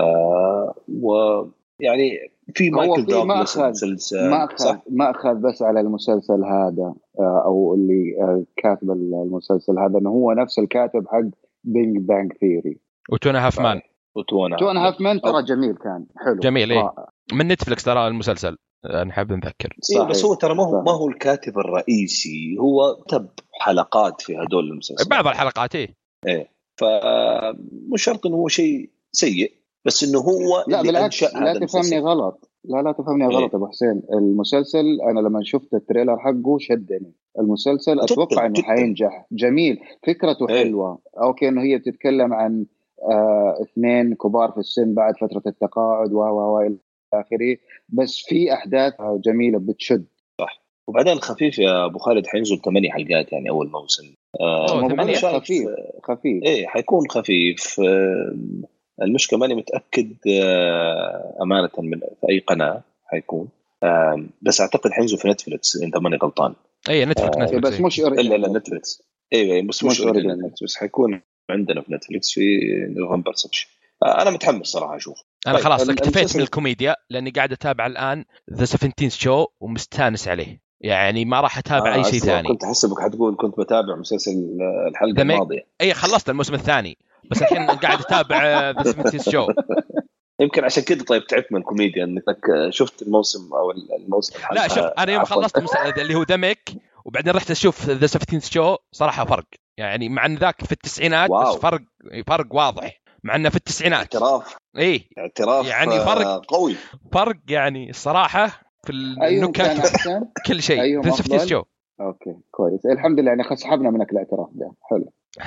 ويعني في مايكل دوغلاس المسلسل ما أخذ بس على المسلسل هذا أو اللي كاتب المسلسل هذا، إنه هو نفس الكاتب حق بينج بانج ثيري وتونا هافمان. تونا هافمان ترى جميل، كان حلو جميل. إيه من نتفلكس ترى المسلسل، نحب نذكر. إيه بس هو ترى ما هو الكاتب الرئيسي، هو كتب حلقات في هدول المسلسلات، بعض الحلقات. إيه فمش شرط إنه هو شيء سيء، بس إنه هو لا بالعكس. لا تفهمني غلط، لا تفهمني غلط أبو حسين. المسلسل أنا لما شفت التريلر حقه شدني. المسلسل أتوقع إنه حينجح. جميل، فكرته حلوة. أوكي إنه هي بتتكلم عن 2 كبار في السن بعد فترة التقاعد إلى آخره، بس في أحداث جميلة بتشد. صح. وبعدين خفيف يا أبو خالد، حينزل 8 حلقات يعني أول موسم. خفيف. إيه حيكون خفيف. المشكله ماني متاكد امانه من في اي قناه حيكون، بس اعتقد حينزل في نتفليكس اذا ماني غلطان. اي نتفلكس بس مش لا نتفليكس. ايوه بس مش نتفليكس، بس حيكون عندنا في نتفليكس في نوفمبر 16. انا متحمس صراحه اشوف. انا طيب، خلاص اكتفيت من الكوميديا لاني قاعد اتابع الان ذا 17 شو ومستانس عليه، يعني ما راح اتابع اي شيء ثاني. كنت احسبك حتقول كنت بتابع مسلسل الحلقه الماضيه. اي خلصت الموسم الثاني، بس الحين قاعد اتابع ذا 17 شو. يمكن عشان كده طيب تعبت من الكوميديا انك شفت الموسم او الموسم لا شوف، انا يوم خلصت اللي هو دمك وبعدين رحت اشوف ذا 17 شو، صراحه فرق يعني، مع ان ذاك في التسعينات بس فرق واضح، مع انه في التسعينات. اعتراف يعني فرق قوي، فرق يعني الصراحه في النكات كل شيء. ذا 17 شو اوكي كويس، الحمد لله يعني سحبنا منك الاعتراف ده، حلو.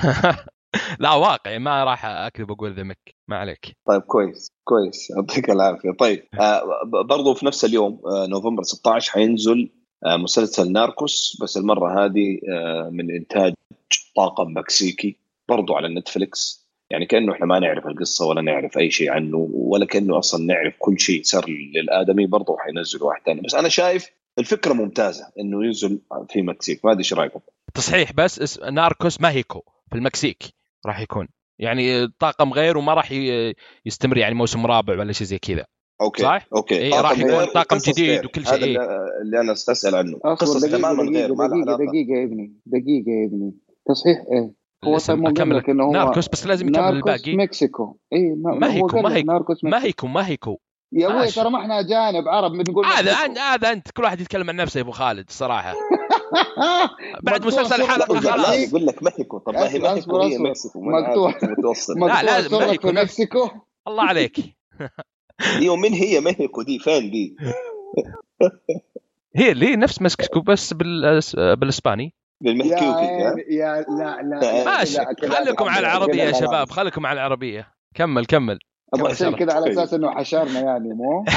لا واقعي ما راح اكذب اقول ذمك، ما عليك. طيب كويس يعطيك العافيه. طيب برضو في نفس اليوم نوفمبر 16 حينزل مسلسل ناركوس، بس المره هذه من انتاج طاقم مكسيكي برضو على نتفليكس. يعني كانه احنا ما نعرف القصه ولا نعرف اي شيء عنه، ولا كانه اصلا نعرف كل شيء صار للادمي. برضو حينزلوا واحد ثاني، بس انا شايف الفكره ممتازه انه ينزل في مكسيك. ما ادري ايش رايكم؟ تصحيح بس ناركوس ماهيكو في المكسيك راح يكون، يعني طاقم غير وما راح يستمر يعني موسم رابع ولا شيء زي كذا. اوكي صح؟ اوكي إيه راح يكون طاقم جديد غير. وكل شيء. هذا اللي انا استسأل عنه. قصه تماما غير. دقيقه يا ابني تصحيح ايه هو أكمل لك انه هو ناركوس، بس لازم يكمل الباقي. مكسيكو ايه ماهيكو يا ابوي، ترى ما احنا اجانب عرب بنقول هذا انت كل واحد يتكلم عن نفسه يا ابو خالد الصراحه. بعد مسلسل الحلقه خلاص يقول لك مكسيكو. طب ما هي مكسيكو هي مكسيكو متوسط. لا لازم مكسيكو. الله عليك. دي ومن هي مكسيكو دي فين دي؟ هي اللي نفس مكسيكو بس بالاسباني بالمكسيكي. يا لا ماشي، خليكم على العربيه يا شباب، خليكم على العربيه. كمل ابو حسين كذا على اساس انه حشرنا يعني مو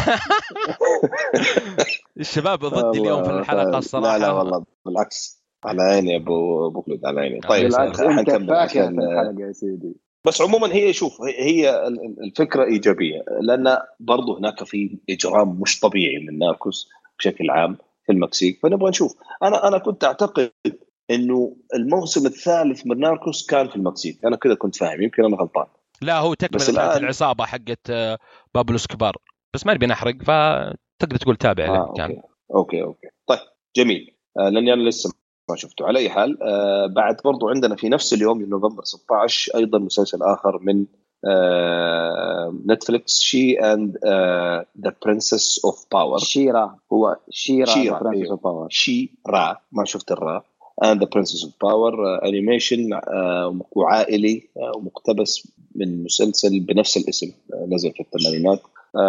الشباب ضدي اليوم في الحلقه الصراحه. لا والله بالعكس، على عيني ابو خلود، على عيني. طيب حنكمل عشان الحلقه يا سيدي. بس عموما هي شوف هي الفكره ايجابيه، لان برضه هناك في اجرام مش طبيعي من ناركوس بشكل عام في المكسيك، فنبغى نشوف. انا كنت اعتقد انه الموسم الثالث من ناركوس كان في المكسيك، انا كذا كنت فاهم، يمكن انا غلطان. لا هو تكمله العصابه حقت بابلو اسكوبار، بس ما نبي نحرق، فتقدر تقول تابع كان. اوكي طيب جميل. لاني انا لسه ما شفته. على اي حال بعد برضو عندنا في نفس اليوم نوفمبر 16 ايضا مسلسل اخر من نتفليكس، شي اند ذا برنسس اوف باور. هو شيرا برنسس اوف باور. شيرا ما شفت الرا. and the princess of power انيميشن وعائلي ومقتبس من مسلسل بنفس الاسم نزل في الثمانينات.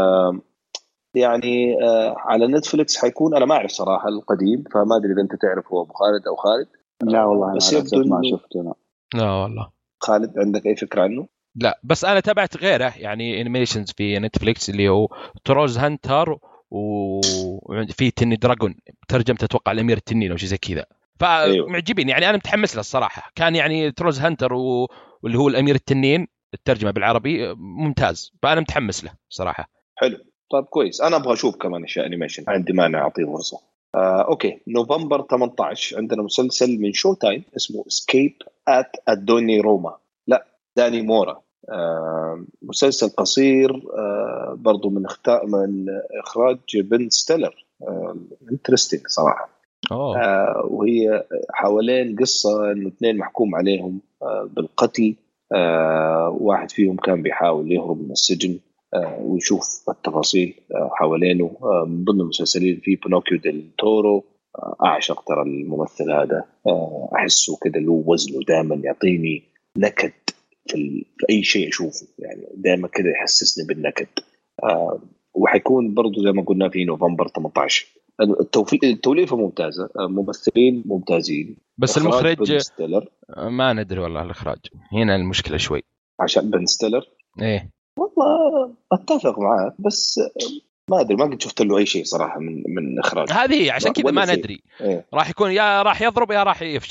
يعني على نتفليكس حيكون. انا ما اعرف صراحه القديم، فما ادري اذا انت تعرف هو ابو خالد او خالد. لا والله بس يبدو ما شفته. لا والله. خالد عندك اي فكره عنه؟ لا بس انا تابعت غيره يعني انيميشنز في نتفليكس اللي هو تروز هانتر وفي تني دراجون، ترجمته اتوقع الامير التنين او شيء زي كذا، فمعجبين يعني. انا متحمس له الصراحه. كان يعني تروز هانتر واللي هو الامير التنين الترجمه بالعربي ممتاز، فانا متحمس له صراحه. حلو طيب كويس. انا ابغى اشوف كمان اشياء انيميشن، عندي مانع اعطيه فرصه. اوكي نوفمبر 18 عندنا مسلسل من شو تايم اسمه اسكيب ات ادوني روما. لا داني مورا. مسلسل قصير برضو من اخراج بن ستيلر. انترستينج صراحه. وهي حوالين قصه انه اثنين محكوم عليهم بالقتل. واحد فيهم كان بيحاول يهرب من السجن ويشوف التفاصيل حوالينه. من ضمن المسلسلين في بينوكيو ديل تورو. أعشق ترى الممثل هذا. أحسه كده له وزنه دائما يعطيني نكد في أي شيء أشوفه، يعني دائما كده يحسسني بالنكد. وحيكون برضو زي ما قلنا في نوفمبر 18. التوليفة ممتازة، ممثلين ممتازين، بس المخرج ما ندري والله. الإخراج هنا المشكلة شوي عشان بن ستيلر. إيه والله اتفق معاك، بس ما ادري، ما قد شفت له اي شيء صراحه من اخراج. هذه عشان كذا ما ندري. راح يكون يا راح يضرب يا راح يفشل.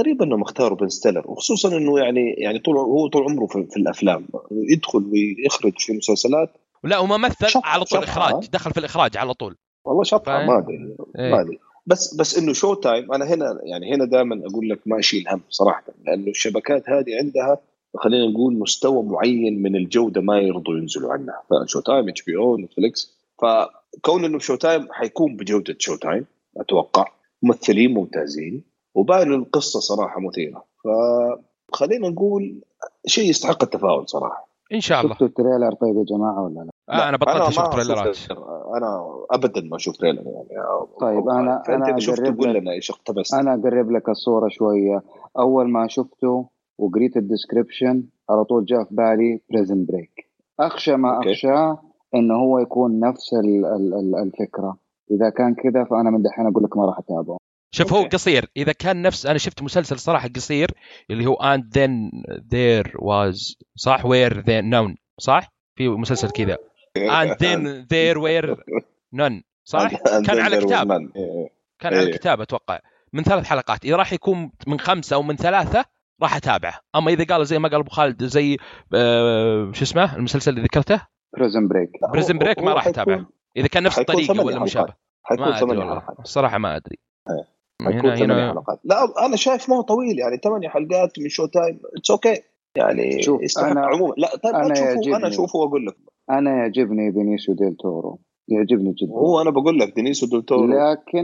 غريب انهم اختاروا بن ستيلر، وخصوصا انه يعني طول عمره في الافلام يدخل ويخرج في مسلسلات. لا وما مثل على طول شطحة. اخراج، دخل في الاخراج على طول والله شطحه فاهم؟ ما ادري إيه. ما ادري بس انه شو تايم، انا هنا دائما اقول لك ما اشيل هم صراحه، لانه الشبكات هذه عندها خلينا نقول مستوى معين من الجوده ما يرضوا ينزلوا عنها. فشو تايم اتش بي او نتفليكس، فكون انه شو تايم حيكون بجوده شو تايم اتوقع، ممثلين ممتازين وباين القصه صراحه مثيره، فخلينا نقول شيء يستحق التفاؤل صراحه. ان شاء الله. شفتوا التريلر طيب يا جماعه ولا لا؟ انا بطلت اشوف ما تريلرات. انا ابدا ما اشوف تريلر يعني. طيب فانت اذا شفته اقرب قول لك، لنا ايش اقتبست. انا اقرب لك الصوره شويه. اول ما شفته وقريت الديسكريبشن على طول جاء في بالي بريزن بريك. اخشى ما أوكي. اخشى انه هو يكون نفس الفكره. اذا كان كذا فانا من دحين اقول لك ما راح اتابعه. شوف هو أوكي. قصير، اذا كان نفس انا شفت مسلسل صراحه قصير اللي هو and then there was صح where then none صح، في مسلسل كذا and then there were none صح، كان على كتاب، كان على الكتاب اتوقع من 3 حلقات. اذا راح يكون من 5 او من 3 راح اتابعه. اما اذا قال زي ما قال ابو خالد زي شو اسمه المسلسل اللي ذكرته بريزن بريك ما راح اتابعه اذا كان نفس الطريقه ولا مشابه. حيكون ما ادري 8 والله حلقات الصراحه ما ادري. حيكون 8 حلقات. لا انا شايف ما هو طويل يعني 8 حلقات من شو تايم اتس اوكي يعني يستحق عموما. لا طيب انا اشوفه واقول لك انا يعجبني بينيسيو ديل تورو، يعجبني جدا. هو انا بقول لك بينيسيو ديل تورو،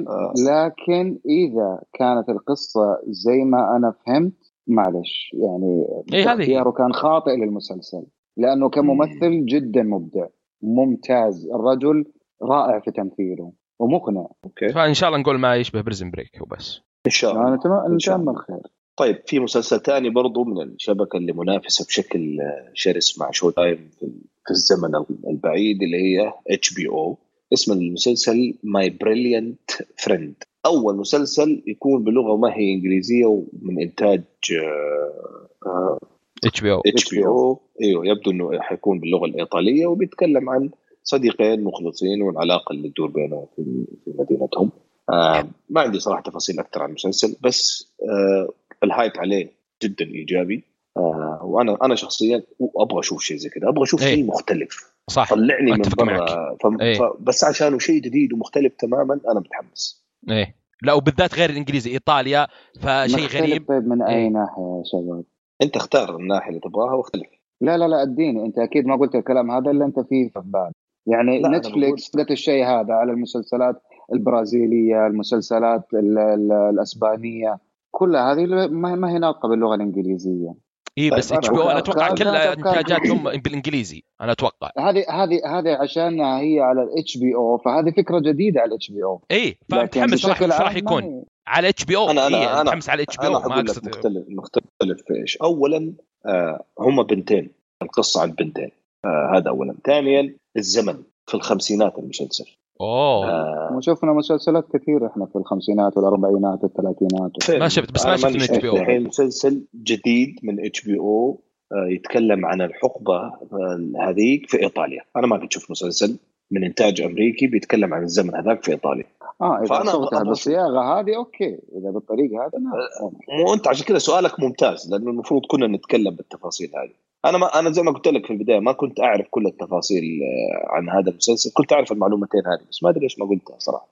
لكن اذا كانت القصه زي ما انا فهمت معلش يعني اختياره كان خاطئ للمسلسل، لانه كممثل جدا مبدع ممتاز، الرجل رائع في تمثيله ومقنع. اوكي فان شاء الله نقول ما يشبه بريزن بريك وبس ان شاء الله. نتمنى الخير. طيب في مسلسل تاني برضو من الشبكه اللي منافسه بشكل شرس مع شو تايم في الزمن البعيد اللي هي HBO. اسم المسلسل My Brilliant Friend. أول مسلسل يكون بلغة ما هي إنجليزية ومن إنتاج HBO. أيوه يبدو إنه حيكون باللغة الإيطالية وبيتكلم عن صديقين مخلصين والعلاقة اللي تدور بينهم في مدينتهم. ما عندي صراحة تفاصيل أكثر عن المسلسل، بس الهايب عليه جدا إيجابي. وأنا شخصيا أبغى أشوف شيء زي كده، أبغى أشوف شيء مختلف صح. طلعني من برا بس عشانه شيء جديد ومختلف تماما أنا متحمس. لا وبالذات غير الإنجليزي إيطاليا فشيء غريب. طيب من أي ناحية يا شباب؟ أنت اختار الناحية اللي تبغاها واختلف. لا اديني أنت، أكيد ما قلت الكلام هذا اللي أنت فيه في بالك يعني. نتفليكس قلت الشيء هذا على المسلسلات البرازيلية، المسلسلات الأسبانية، كل هذه ما هي ناطقة باللغة الإنجليزية. بس HBO انا اتوقع كلها انتاجاتهم بالانجليزي. انا اتوقع هذه عشان هي على HBO، فهذه فكره جديده على HBO. فمتحمس راح يكون على HBO. انا متحمس على HBO. ما اقصد مختلف في ايش. اولا هم بنتين، القصه عن بنتين، هذا اولا. ثانيا الزمن في الخمسينات المسلسل. وشوفنا مسلسلات كثير احنا في الخمسينات والاربعينات والثلاثينات ما شفت، بس ما شفت من HBO. الحين مسلسل جديد من HBO يتكلم عن الحقبة هذيك في إيطاليا. أنا ما كنت شفت مسلسل من إنتاج أمريكي بيتكلم عن الزمن هذاك في إيطاليا. إذا صوتها بالصياغة هذه أوكي، إذا بالطريقة هذا مو أنت عشان كده سؤالك ممتاز، لأنه المفروض كنا نتكلم بالتفاصيل هذه. أنا زي ما قلت لك في البداية ما كنت أعرف كل التفاصيل عن هذا المسلسل، كنت أعرف المعلومتين هذه بس ما أدري ليش ما قلتها صراحة.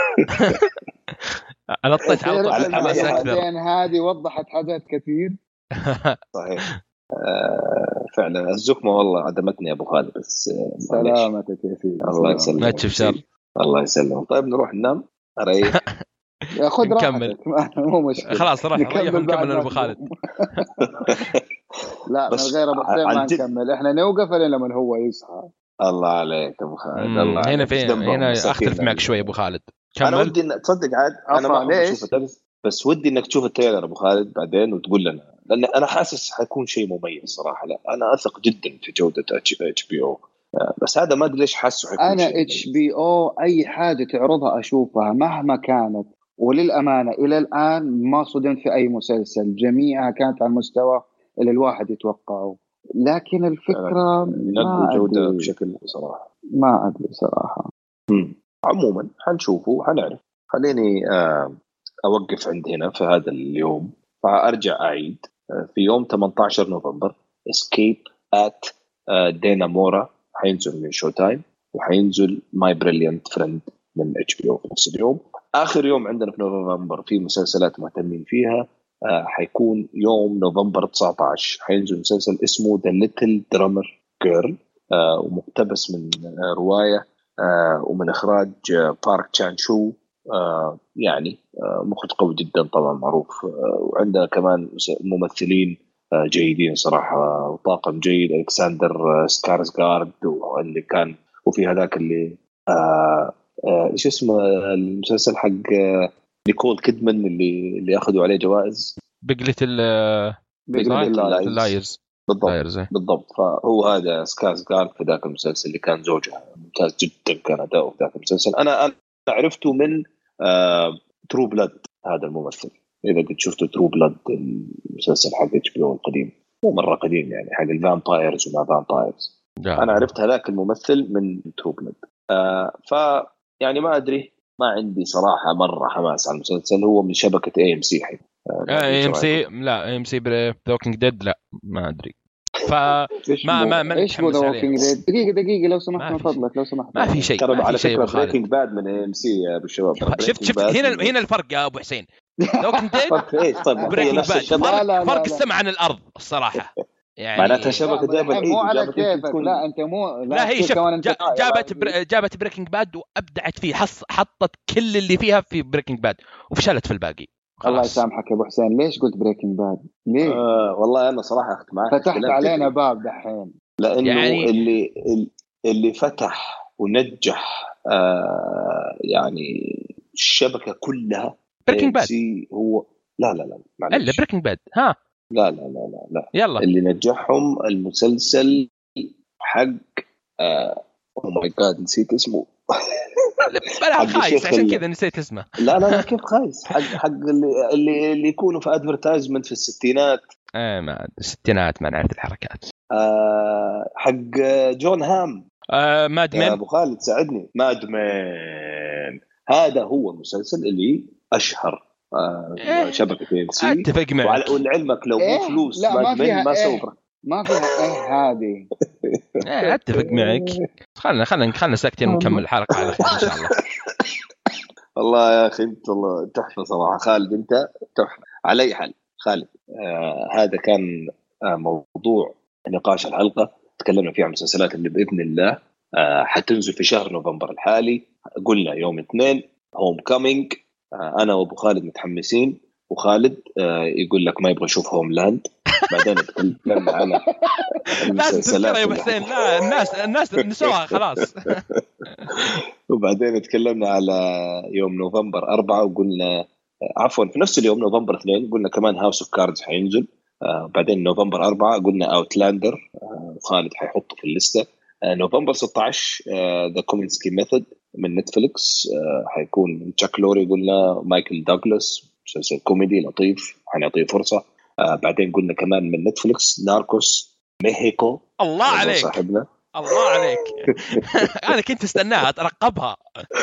أنا طلعت على أكثر. هذه وضحت حاجات كثير. صحيح. فعلا الزكمة والله عدمتني يا أبو خالد، بس سلامتك يا سيدي. الله يسلمك. ما تشوف شر. الله يسلمك. طيب نروح ننام أريح. خذ نكمل. مو مشكلة. خلاص راح نكمل أبو خالد. لا من غير أبو حسين ما نكمل، إحنا نوقف لما هو يصحى. الله عليك أبو خالد. الله هنا أختلف معك شوي أبو خالد. كمل. أنا ودي تصدق عاد أنا ما أشوف الدرس، بس ودي إنك تشوف التريلر أبو خالد بعدين وتقول لنا، لأن أنا حاسس حيكون شيء مميز صراحة. لا أنا أثق جدا في جودة HBO، بس هذا ما أدري ليش حاسه حيكون أنا HBO أي حاجة تعرضها أشوفها مهما كانت، وللأمانة إلى الآن ما صدمت في أي مسلسل، جميعها كانت على المستوى اللي الواحد يتوقعه. لكن الفكرة نقول جودة بشكل صراحة ما أدري صراحة. عموما حنشوفه وحنعرف. خليني أوقف عند هنا في هذا اليوم. فأرجع أعيد في يوم 18 نوفمبر اسكيب ات دينامورا حينزل من شو تايم، وحينزل ماي بريليانت فريند من HBO في نفس اليوم. آخر يوم عندنا في نوفمبر في مسلسلات مهتمين فيها حيكون يوم نوفمبر 19 حينزل مسلسل اسمه The Little Drummer Girl، ومقتبس من رواية ومن إخراج بارك تشان شو، يعني مخرج قوي جدا طبعا معروف، وعنده كمان ممثلين جيدين صراحة وطاقم جيد، ألكسندر سكارسغارد اللي كان، وفي هذاك اللي إيش اسمه المسلسل حق نيكول كيدمان اللي أخذوا عليه جوائز، بيج ليتل لايرز. بالضبط. فهو هذا سكارسغارد في ذاك المسلسل اللي كان زوجها ممتاز جدا، كان أداؤه في ذاك المسلسل. أنا عرفته من ترو بلاد، هذا الممثل إذا قد شفتوا ترو بلاد المسلسل حق HBO القديم، مو مرة قديم يعني، حق الفامبايرز وما فامبايرز، أنا عرفت هذاك الممثل من ترو بلاد. يعني ما أدري، ما عندي صراحة مرة حماس على المسلسل. هو من شبكة AMC حين AMC لا AMC بروكينج ديد لا ما أدري. ما ايش هو ذا ووكينج ديد؟ دقيقه لو سمحت من فضلك، لو سمحت. ما في شيء. ترى على فكره بريكنج باد من AMC يا ابو الشباب. شفت هنا الفرق يا ابو حسين. ووكينج ديد بريكنج باد فرق السماء عن الارض الصراحه يعني. معناتها شبكه جابت مو على كيفك، لا انت مو لا هي جابت بريكنج باد وابدعت فيه، حطت كل اللي فيها في بريكنج باد وفشلت في الباقي. الله يسامحك يا ابو حسين، ليش قلت بريكنج باد؟ ليه؟ والله انا صراحه اخذت معك، فتحت علينا باب دحين، لانه يعني اللي فتح ونجح يعني الشبكه كلها بريكنج باد. هو لا الا بريكنج باد ها لا يلا اللي نجحهم المسلسل حق او ماي جاد نسيت اسمه بلا خايس عشان كذا نسيت اسمه. لا كيف خايس؟ حق اللي يكونوا في ادفرتايزمنت في الستينات. ما الستينات ما نعرف الحركات. حق جون هام. ماد مان. ابو خالد ساعدني. ماد مان هذا هو المسلسل اللي اشهر شبكه AMC. اتفق معك. ولعلمك لو مو فلوس ماد مان ما سوبر ما فيها هذه. اتفق معك. خلنا ساكتين ونكمل الحلقه على خير ان شاء الله. والله يا اخي انت والله تحفه صراحه خالد، انت تحفه. على اي حال خالد، هذا كان موضوع نقاش الحلقه، تكلمنا فيها عن المسلسلات اللي باذن الله حتنزل في شهر نوفمبر الحالي. قلنا يوم 2 هوم كامينج، انا وابو خالد متحمسين، وخالد يقول لك ما يبغى يشوف هوم لاند. بعدين تكلمنا على المسلسلات يا حسين. لا الناس نسوها خلاص. وبعدين تكلمنا على يوم نوفمبر 4 وقلنا عفوا في نفس اليوم نوفمبر 2 قلنا كمان هاوس اوف كاردز حينزل. بعدين نوفمبر 4 قلنا اوتلاندر، وخالد حيحطه في الليسته. نوفمبر 16 ذا كومينسكي ميثود من نتفليكس، حيكون من تشاك لوري. قلنا مايكل دوغلاس، مسلسل كوميدي لطيف حنعطيه فرصة. بعدين قلنا كمان من نتفليكس ناركوس ميحيكو. الله عليك صاحبنا، الله عليك. أنا كنت استناها أترقبها.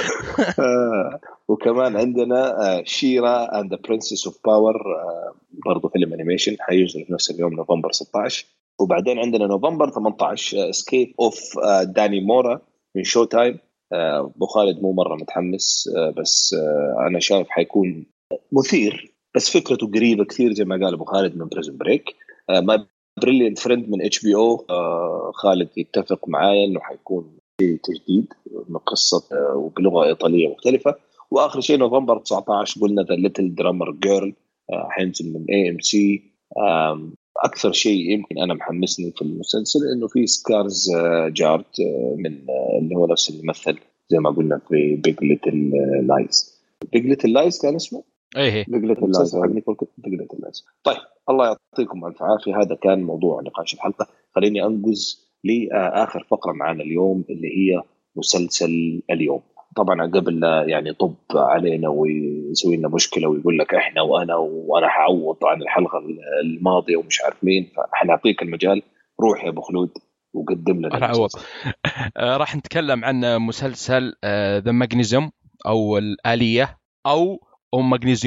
وكمان عندنا شيرا and the Princess of Power، برضو فيلم أنيميشن حينزل في نفس اليوم نوفمبر 16. وبعدين عندنا نوفمبر 18 Escape of Dannemora من شو تايم. أبو خالد مو مرة متحمس، بس أنا شايف حيكون مثير، بس فكرته قريبة كثير زي ما قال أبو خالد من بريزن بريك. ما بريليانت فريند من HBO، خالد يتفق معايا إنه حيكون تجديد من قصة وبلغة إيطالية مختلفة. وآخر شيء نوفمبر 19 قلنا The Little Drummer Girl حينزل من AMC. أكثر شيء يمكن أنا محمسني في المسلسل إنه في سكارز جارت من اللي هو نفس اللي مثل زي ما قلنا في بيج ليتل لايز. بيج ليتل لايز كان اسمه ايه بيج ليتل لايز. طيب الله يعطيكم الف عافيه. هذا كان موضوع نقاش الحلقه. خليني انجز لاخر فقره معنا اليوم اللي هي مسلسل اليوم. طبعا قبل يعني طب علينا ويسوي لنا مشكله ويقول لك احنا وانا حعوض عن الحلقه الماضيه ومش عارف مين، فحنعطيك المجال. روح يا ابو خلود وقدم لنا. راح نتكلم عن مسلسل ذا ماغنيزيوم او الآلية او ماغنيزيوم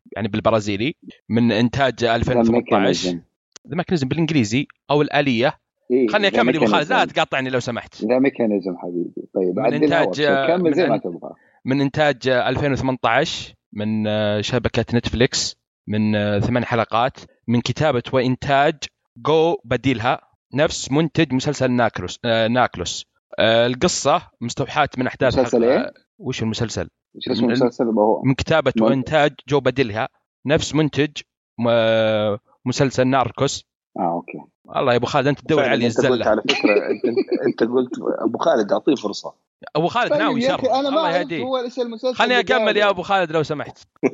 يعني بالبرازيلي، من إنتاج 2018. ذا ميكانيزم بالإنجليزي أو الآلية. خلني أكمل يا أبو خالد، لا تقاطعني لو سمحت. ذا ميكانيزم حبيبي. طيب من إنتاج كمل زي ما تبغى. من إنتاج 2018 من شبكة نتفليكس، من 8 حلقات، من كتابة وإنتاج جو بديلها، نفس منتج مسلسل ناكلوس. القصة مستوحاة من أحداث مسلسل إيه؟ وش المسلسل؟ شو اسمه المسلسل؟ من كتابة وإنتاج جو بديلها، نفس منتج مسلسل ناركوس. أوكي. والله يا أبو خالد أنت تدور علي الزلة. قلت على فكرة أنت قلت أبو خالد أعطيه فرصة. أبو خالد طيب ناوي شر. أنا ما أعرف هو إيش المسلسل. خلني أكمل يا أبو خالد لو سمحت.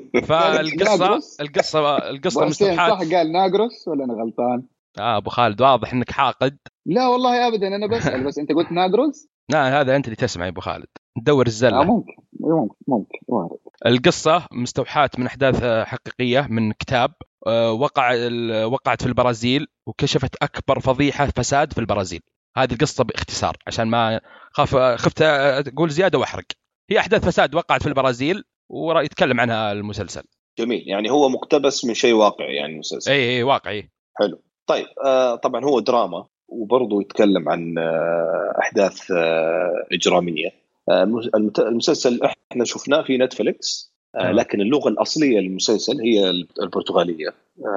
فالقصة مستوحاة. صح قال ناغروس ولا أنا غلطان؟ أبو خالد واضح إنك حاقد. لا والله أبدا، أنا بسأل بس. أنت قلت ناغروس؟ لا هذا أنت اللي تسمع يا أبو خالد، تدور الزلة. ممكن وارد. القصة مستوحاة من أحداث حقيقية من كتاب وقعت في البرازيل، وكشفت أكبر فضيحة فساد في البرازيل. هذه القصة باختصار عشان ما خفت أقول زيادة وأحرق. هي أحداث فساد وقعت في البرازيل ويتكلم عنها المسلسل. جميل، يعني هو مقتبس من شيء واقعي يعني المسلسل. أي واقعي. حلو. طيب طبعا هو دراما وبرضه يتكلم عن أحداث إجرامية. المسلسل احنا شفناه في نتفليكس، لكن اللغة الأصلية للمسلسل هي البرتغالية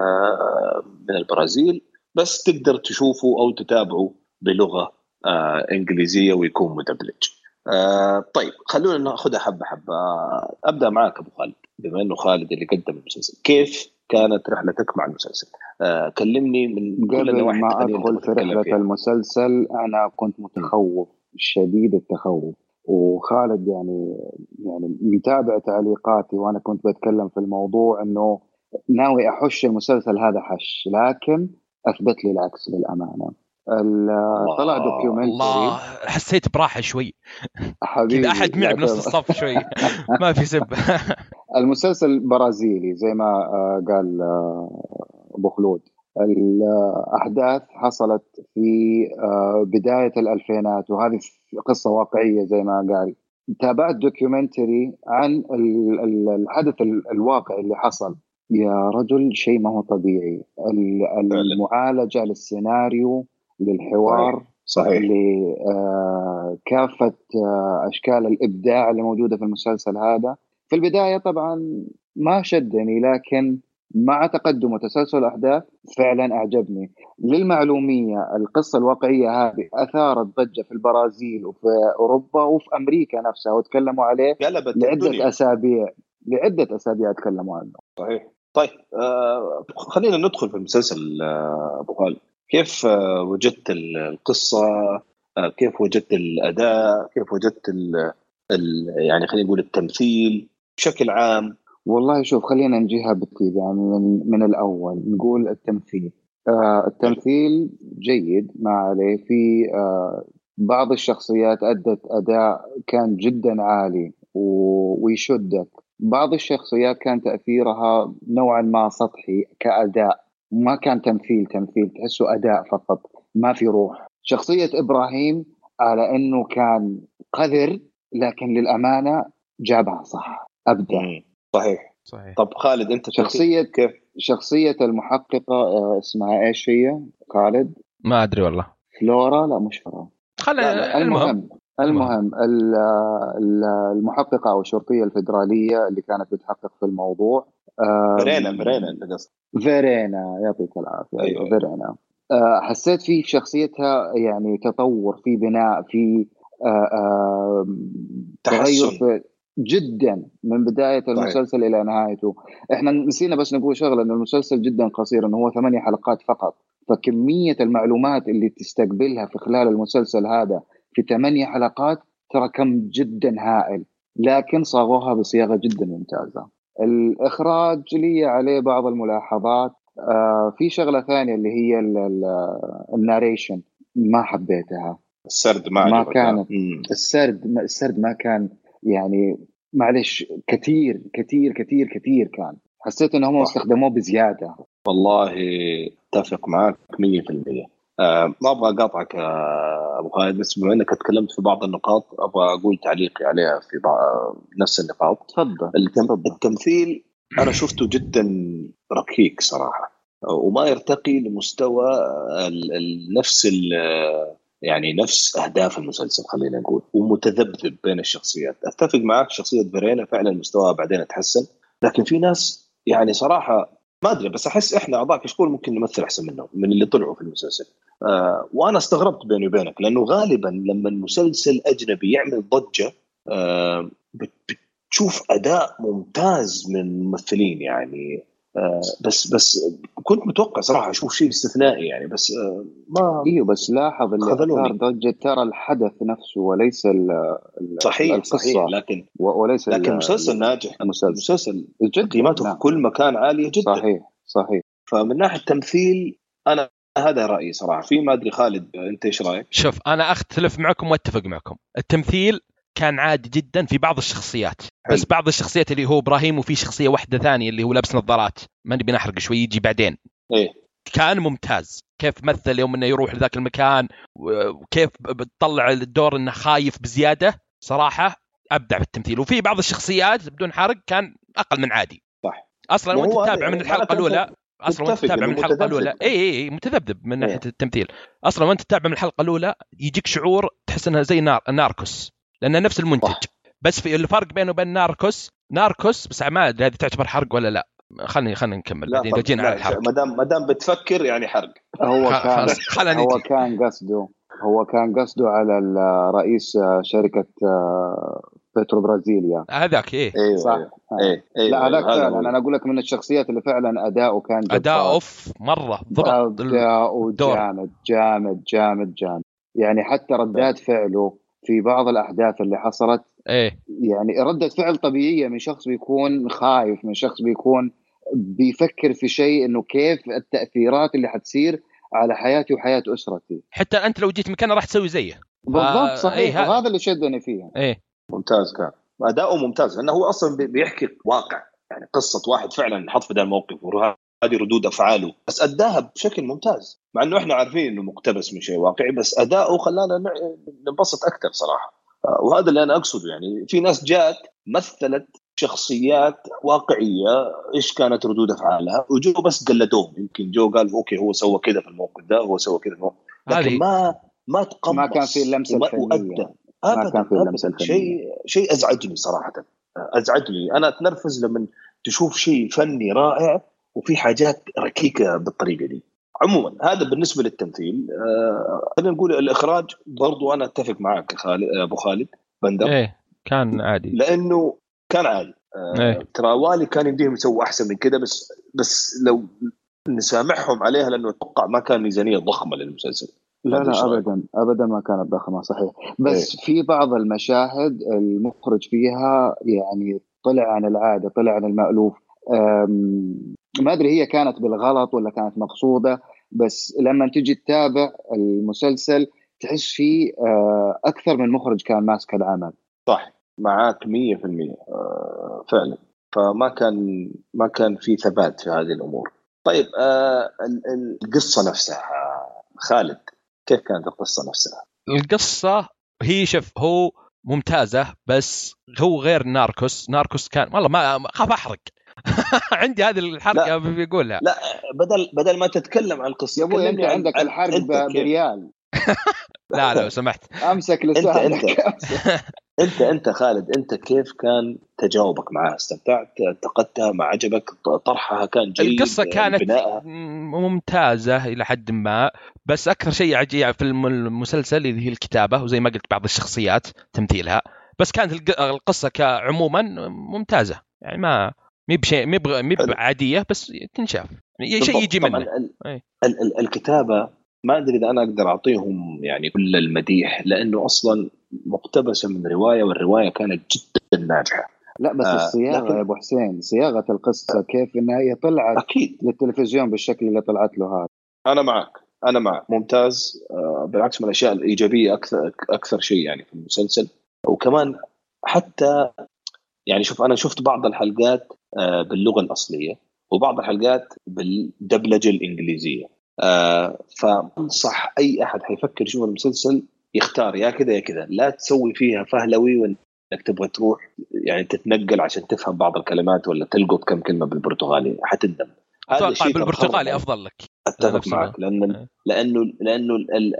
من البرازيل، بس تقدر تشوفه أو تتابعه بلغة إنجليزية ويكون مدبلج. طيب خلونا ناخذها حبة حبة. أبدأ معاك أبو خالد، بما أنه خالد اللي قدم المسلسل. كيف كانت رحلتك مع المسلسل؟ كلمني من كل النواحي. ما أدخل في رحلة المسلسل أنا كنت متخوف شديد التخوف، وخالد يعني متابع تعليقاتي وأنا كنت بتكلم في الموضوع أنه ناوي أحش المسلسل هذا حش، لكن أثبت لي العكس للأمانة. طلع دوكيومنتري. الله، حسيت براحة شوي كذا، أحد معي بنص الصف شوي. ما في سب. المسلسل برازيلي زي ما قال أبو خلود. الأحداث حصلت في بداية الألفينات، وهذه قصة واقعية زي ما قال. تابعت دوكيومنتري عن الحدث الواقعي اللي حصل. يا رجل شيء ما هو طبيعي. المعالجة للسيناريو، للحوار، صحيح. لكافة أشكال الإبداع اللي موجودة في المسلسل هذا. في البداية طبعا ما شدني، لكن مع تقدم وتسلسل الأحداث فعلا أعجبني. للمعلومية القصة الواقعية هذه أثارت ضجة في البرازيل وفي أوروبا وفي أمريكا نفسها، وتكلموا عليه لعدة أسابيع تكلموا عنه. صحيح. طيب خلينا ندخل في المسلسل. أبو خالد، كيف وجدت القصة؟ كيف وجدت الأداء؟ كيف وجدت يعني خلينا نقول التمثيل بشكل عام؟ والله شوف، خلينا نجيها بالترتيب يعني من الأول. نقول التمثيل. التمثيل جيد ما عليه. في بعض الشخصيات أدت أداء كان جدا عالي ويشدك. بعض الشخصيات كان تأثيرها نوعا ما سطحي كأداء، ما كان تمثيل تحسه أداء فقط، ما في روح. شخصية إبراهيم على أنه كان قذر، لكن للأمانة جابها صح، أبدع. صحيح. طب خالد، أنت شخصية المحققة اسمها إيش هي خالد؟ ما أدري والله. فلورا؟ لا مش فلورا. المهم المحققة أو الشرطية الفدرالية اللي كانت بتحقق في الموضوع. فيرينا يعطيك العافية. أيوة. فيرينا. حسيت في شخصيتها يعني تطور، في بناء، في تغير جدا من بداية المسلسل إلى نهايته. إحنا نسينا بس نقول شغلة، أن المسلسل جدا قصير، أنه هو 8 حلقات فقط. فكمية المعلومات اللي تستقبلها في خلال المسلسل هذا في 8 حلقات ترى كم جدا هائل، لكن صاغوها بصياغة جدا ممتازة. الإخراج لي عليه بعض الملاحظات. في شغلة ثانية اللي هي الناريشن، ما حبيتها. السرد ما كانت السرد ما كان يعني، معلش، كتير كتير كتير كتير كان. حسيت انهم استخدموه بزيادة. والله اتفق معك 100%. ما ابغى اقاطعك ابو خالد، بس بما انك تكلمت في بعض النقاط ابغى اقول تعليقي عليها في نفس النقاط. تفضل. التمثيل انا شفته جدا ركيك صراحه، وما يرتقي لمستوى نفس يعني نفس اهداف المسلسل خلينا نقول، ومتذبذب بين الشخصيات. اتفق معك شخصيه فيرينا فعلا مستواها بعدين اتحسن، لكن في ناس يعني صراحه ما ادري، بس احس احنا اعضاء كشكول ممكن نمثل احسن منهم من اللي طلعوا في المسلسل. وانا استغربت بيني وبينك، لانه غالبا لما المسلسل اجنبي يعمل ضجه بتشوف اداء ممتاز من الممثلين يعني. بس كنت متوقع صراحه اشوف شيء استثنائي يعني، بس ما ايوه بس لاحظ اللي اثار ضجه ترى الحدث نفسه وليس صحيح القصه. صحيح، لكن المسلسل ناجح، المسلسل قيمته في كل مكان عاليه جدا. صحيح. فمن ناحيه التمثيل انا هذا رايي صراحه. في ما ادري خالد انت ايش رايك؟ شوف انا اختلف معكم واتفق معكم. التمثيل كان عادي جدا في بعض الشخصيات، بس بعض الشخصيات اللي هو ابراهيم، وفي شخصيه واحده ثانيه اللي هو لابس نظارات ما نبي نحرق شوي يجي بعدين، كان ممتاز كيف مثل يوم انه يروح لذاك المكان، وكيف بتطلع الدور انه خايف بزياده. صراحه ابدع في التمثيل. وفي بعض الشخصيات بدون حرق كان اقل من عادي. صح. اصلا وانت تتابع من الحلقه الاولى، اي متذبذب من ناحيه التمثيل. اصلا وانت تتابع من الحلقه الاولى يجيك شعور تحس انها زي ناركوس، لانه نفس المنتج. بس في الفرق بينه وبين ناركوس بس ما ادري هذه تعتبر حرق ولا لا. خلينا نكمل بعدين لو جينا على الحرق. ما دام بتفكر يعني حرق. هو كان قصده على رئيس شركه بترو برازيليا هذاك. صح. لا هذاك فعلا انا اقول لك من الشخصيات اللي فعلا اداؤه كان اداؤه مره ضبط. جامد يعني حتى ردات فعله في بعض الاحداث اللي حصلت يعني ردة فعل طبيعيه من شخص بيكون خايف، من شخص بيكون بيفكر في شيء انه كيف التاثيرات اللي حتصير على حياتي وحياه اسرتي. حتى انت لو جيت مكانه راح تسوي زيه بالضبط. صحيح. وهذا اللي شدني فيها. ممتاز، كان اداؤه ممتاز لانه هو اصلا بيحكي واقع، يعني قصه واحد فعلا حط في ذا الموقف وهذه ردود افعاله، بس اداها بشكل ممتاز، مع انه احنا عارفين انه مقتبس من شيء واقعي، بس اداؤه خلانا ننبسط اكثر صراحه. وهذا اللي انا اقصده. يعني في ناس جات مثلت شخصيات واقعيه ايش كانت ردود افعالها، وجو بس قلدوهم. يمكن جو قال اوكي هو سوى كذا في الموقف ده، هو سوى كذا في الموقف، لكن ما تقمص، ما كان في اللمسه الفنيه. أبداً. شيء أزعجني صراحة، أزعجني. أنا أتنرفز لما تشوف شيء فني رائع وفي حاجات ركيكة بالطريقة دي. عموما هذا بالنسبة للتمثيل. خلينا نقول الإخراج برضو أنا أتفق معك أبو خالد بندر. كان عادي، لأنه كان عادي. ترى والي كان يمديهم يسووا أحسن من كده، بس لو نسامحهم عليها، لأنه أتوقع ما كان ميزانية ضخمة للمسلسل. لا أبدا ما كانت ضخمة. صحيح. بس في بعض المشاهد المخرج فيها يعني طلع عن العادة، طلع عن المألوف. ما أدري هي كانت بالغلط ولا كانت مقصودة، بس لما تجي تتابع المسلسل تحس فيه أكثر من مخرج كان ماسك العمل. صح، معاك 100%. فعلا. فما كان في ثبات في هذه الأمور. طيب القصة نفسها خالد، كيف كانت القصة نفسها؟ القصة هي هو ممتازة، بس هو غير ناركوس كان والله ما خاف أحرق عندي هذه الحركة بيقولها. لا بدل ما تتكلم عن القصة، يا أبوي أنت عندك الحرق بريال. لا لو سمحت أمسك لسانك. انت خالد، انت كيف كان تجاوبك معها؟ استمتعت؟ انتقدتها؟ ما عجبك طرحها؟ كان جيد؟ القصة كانت ممتازة إلى حد ما، بس أكثر شيء عجيب في المسلسل اللي هي الكتابة، وزي ما قلت بعض الشخصيات تمثيلها. بس كانت القصة كعموما ممتازة، يعني ما بشيء عادية، بس تنشاف شيء يجي منه. الكتابة ما أدري إذا أنا أقدر أعطيهم يعني كل المديح، لأنه أصلا مقتبسة من رواية، والرواية كانت جدا ناجحة. لا بس الصياغة يا أبو حسين، صياغة القصة كيف إنها هي طلعت أكيد للتلفزيون بالشكل اللي طلعت له هذا. أنا معك ممتاز. بالعكس من الأشياء الإيجابية أكثر شيء يعني في المسلسل. وكمان حتى يعني شوف، أنا شفت بعض الحلقات باللغة الأصلية وبعض الحلقات بالدبلجة الإنجليزية. فأنصح أي أحد حيفكر يشوف المسلسل يختار يا كذا يا كذا، لا تسوي فيها فهلوي انك تبغى تروح يعني تتنقل عشان تفهم بعض الكلمات ولا تلقط كم كلمه بالبرتغالي حتندم. هذا اتوقع الشيء بالبرتغالي افضل لك. اتفق معك لانه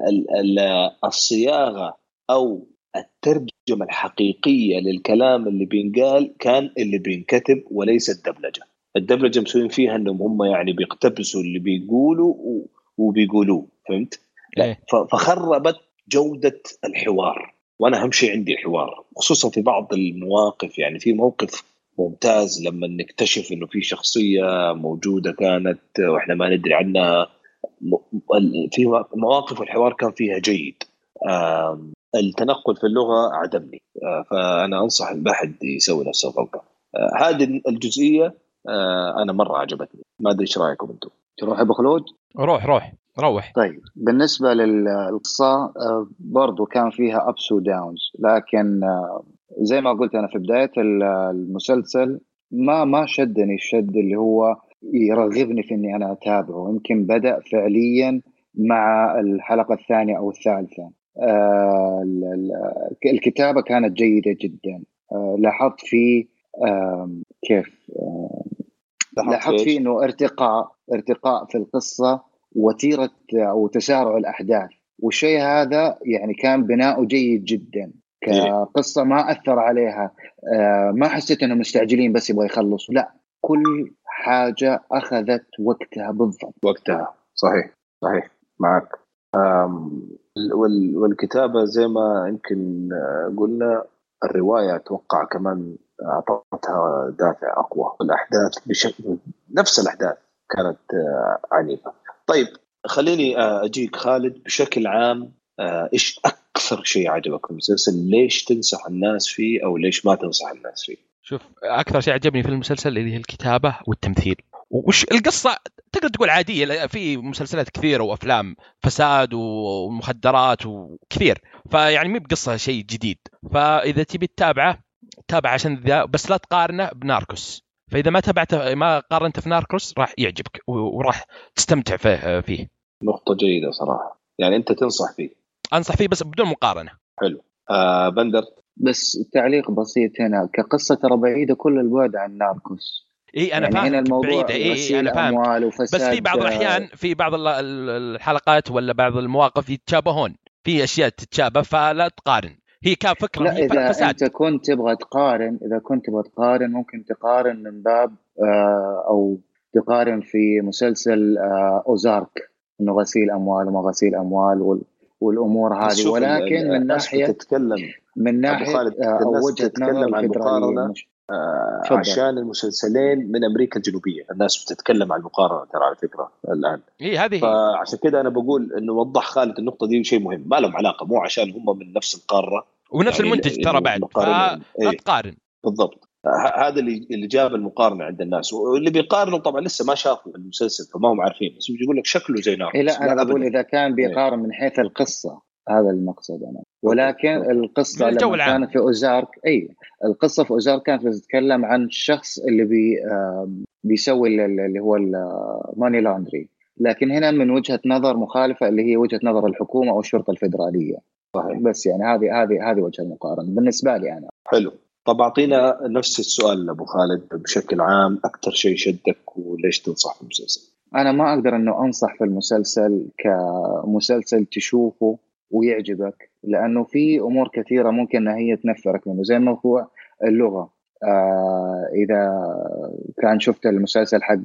الصياغه او الترجمه الحقيقيه للكلام اللي بينقال كان اللي بينكتب وليس الدبلجه. الدبلجه مسوين فيها انهم هم يعني بيقتبسوا اللي بيقولوا وبيقولوه، فهمت؟ لا فخربت جوده الحوار. وانا اهم شيء عندي الحوار، خصوصا في بعض المواقف. يعني في موقف ممتاز لما نكتشف انه في شخصيه موجوده كانت واحنا ما ندري عنها. في مواقف الحوار كان فيها جيد. التنقل في اللغه عدمني. فانا انصح الباحث يسوي نفس الغلطه. هذه الجزئيه انا مره عجبتني. ما ادري ايش رايكم انتم؟ تروح ابو خلود؟ روح. طيب بالنسبه للقصه برضو كان فيها ابس وداونز، لكن زي ما قلت انا في بدايه المسلسل ما شدني الشد اللي هو يرغبني في اني انا اتابعه. يمكن بدا فعليا مع الحلقه الثانيه او الثالثه. الكتابه كانت جيده جدا. لاحظت فيه كيف لاحظت فيه انه ارتقاء في القصه، وتيره او تسارع الاحداث، والشيء هذا يعني كان بناؤه جيد جدا. كقصه ما اثر عليها. ما حسيت انهم مستعجلين بس يبغى يخلصوا، لا، كل حاجه اخذت وقتها بالضبط. وقتها صحيح معك. والكتابه زي ما يمكن قلنا، الروايه اتوقع كمان اعطتها دافع اقوى. الاحداث بشكل نفس الاحداث كانت عنيفه. طيب خليني اجيك خالد بشكل عام. ايش اكثر شيء عجبك في المسلسل؟ ليش تنصح الناس فيه او ليش ما تنصح الناس فيه؟ شوف، اكثر شيء عجبني في المسلسل اللي هي الكتابه والتمثيل. وش القصه تقدر تقول عاديه، في مسلسلات كثيره وافلام فساد ومخدرات وكثير، فيعني مو بقصه شيء جديد. فاذا تبي تتابعه تابع عشان ذا، بس لا تقارنه بناركوس. فاذا ما قارنته في ناركوس راح يعجبك وراح تستمتع فيه. نقطه جيده صراحه. يعني انت تنصح فيه؟ انصح فيه بس بدون مقارنه. حلو. بندر؟ بس تعليق بسيط هنا، كقصه ترى بعيده كل البعد عن ناركوس. انا يعني فاهم هنا الموضوع بعيده. غسيل انا فاهم، اموال وفساد. بس في بعض الاحيان في بعض الحلقات ولا بعض المواقف يتشابهون، في اشياء تتشابه، فلا تقارن. هي كفكره لا، هي اذا فساد. انت كنت تبغى تقارن ممكن تقارن من باب او تقارن في مسلسل اوزارك، انه غسيل اموال وما غسيل اموال والامور هذه. ولكن من ناحيه تتكلم من ناحيه او وجهه نظر الفدراليه عشان المسلسلين من امريكا الجنوبيه، الناس بتتكلم عن المقارنه ترى على فكره الان. هذه فعشان كده انا بقول انه وضح خالد النقطه دي شيء مهم. ما لهم علاقه، مو عشان هم من نفس القاره ونفس يعني المنتج ترى بعد، لا تقارن. بالضبط. هذا اللي جاب المقارنه عند الناس، واللي بيقارنوا طبعا لسه ما شافوا المسلسل فما هم عارفين، بس بيقول لك شكله زي نار. لا انا بقول اذا كان بيقارن من حيث القصه، هذا المقصد انا. ولكن القصه لما كانت في اوزارك، القصه في اوزارك كانت بتتكلم عن الشخص اللي بيسوي اللي هو الماني لاندري، لكن هنا من وجهه نظر مخالفه اللي هي وجهه نظر الحكومه او الشرطه الفدراليه. صحيح. بس يعني هذه وجه المقارنه بالنسبه لي انا. حلو. طب اعطينا نفس السؤال لابو خالد بشكل عام، اكثر شيء شدك وليش تنصح في المسلسل؟ انا ما اقدر انه انصح في المسلسل كمسلسل تشوفه ويعجبك، لانه في امور كثيره ممكن ان هي تنفرك منه، زي موضوع اللغه. اذا كان شفت المسلسل حق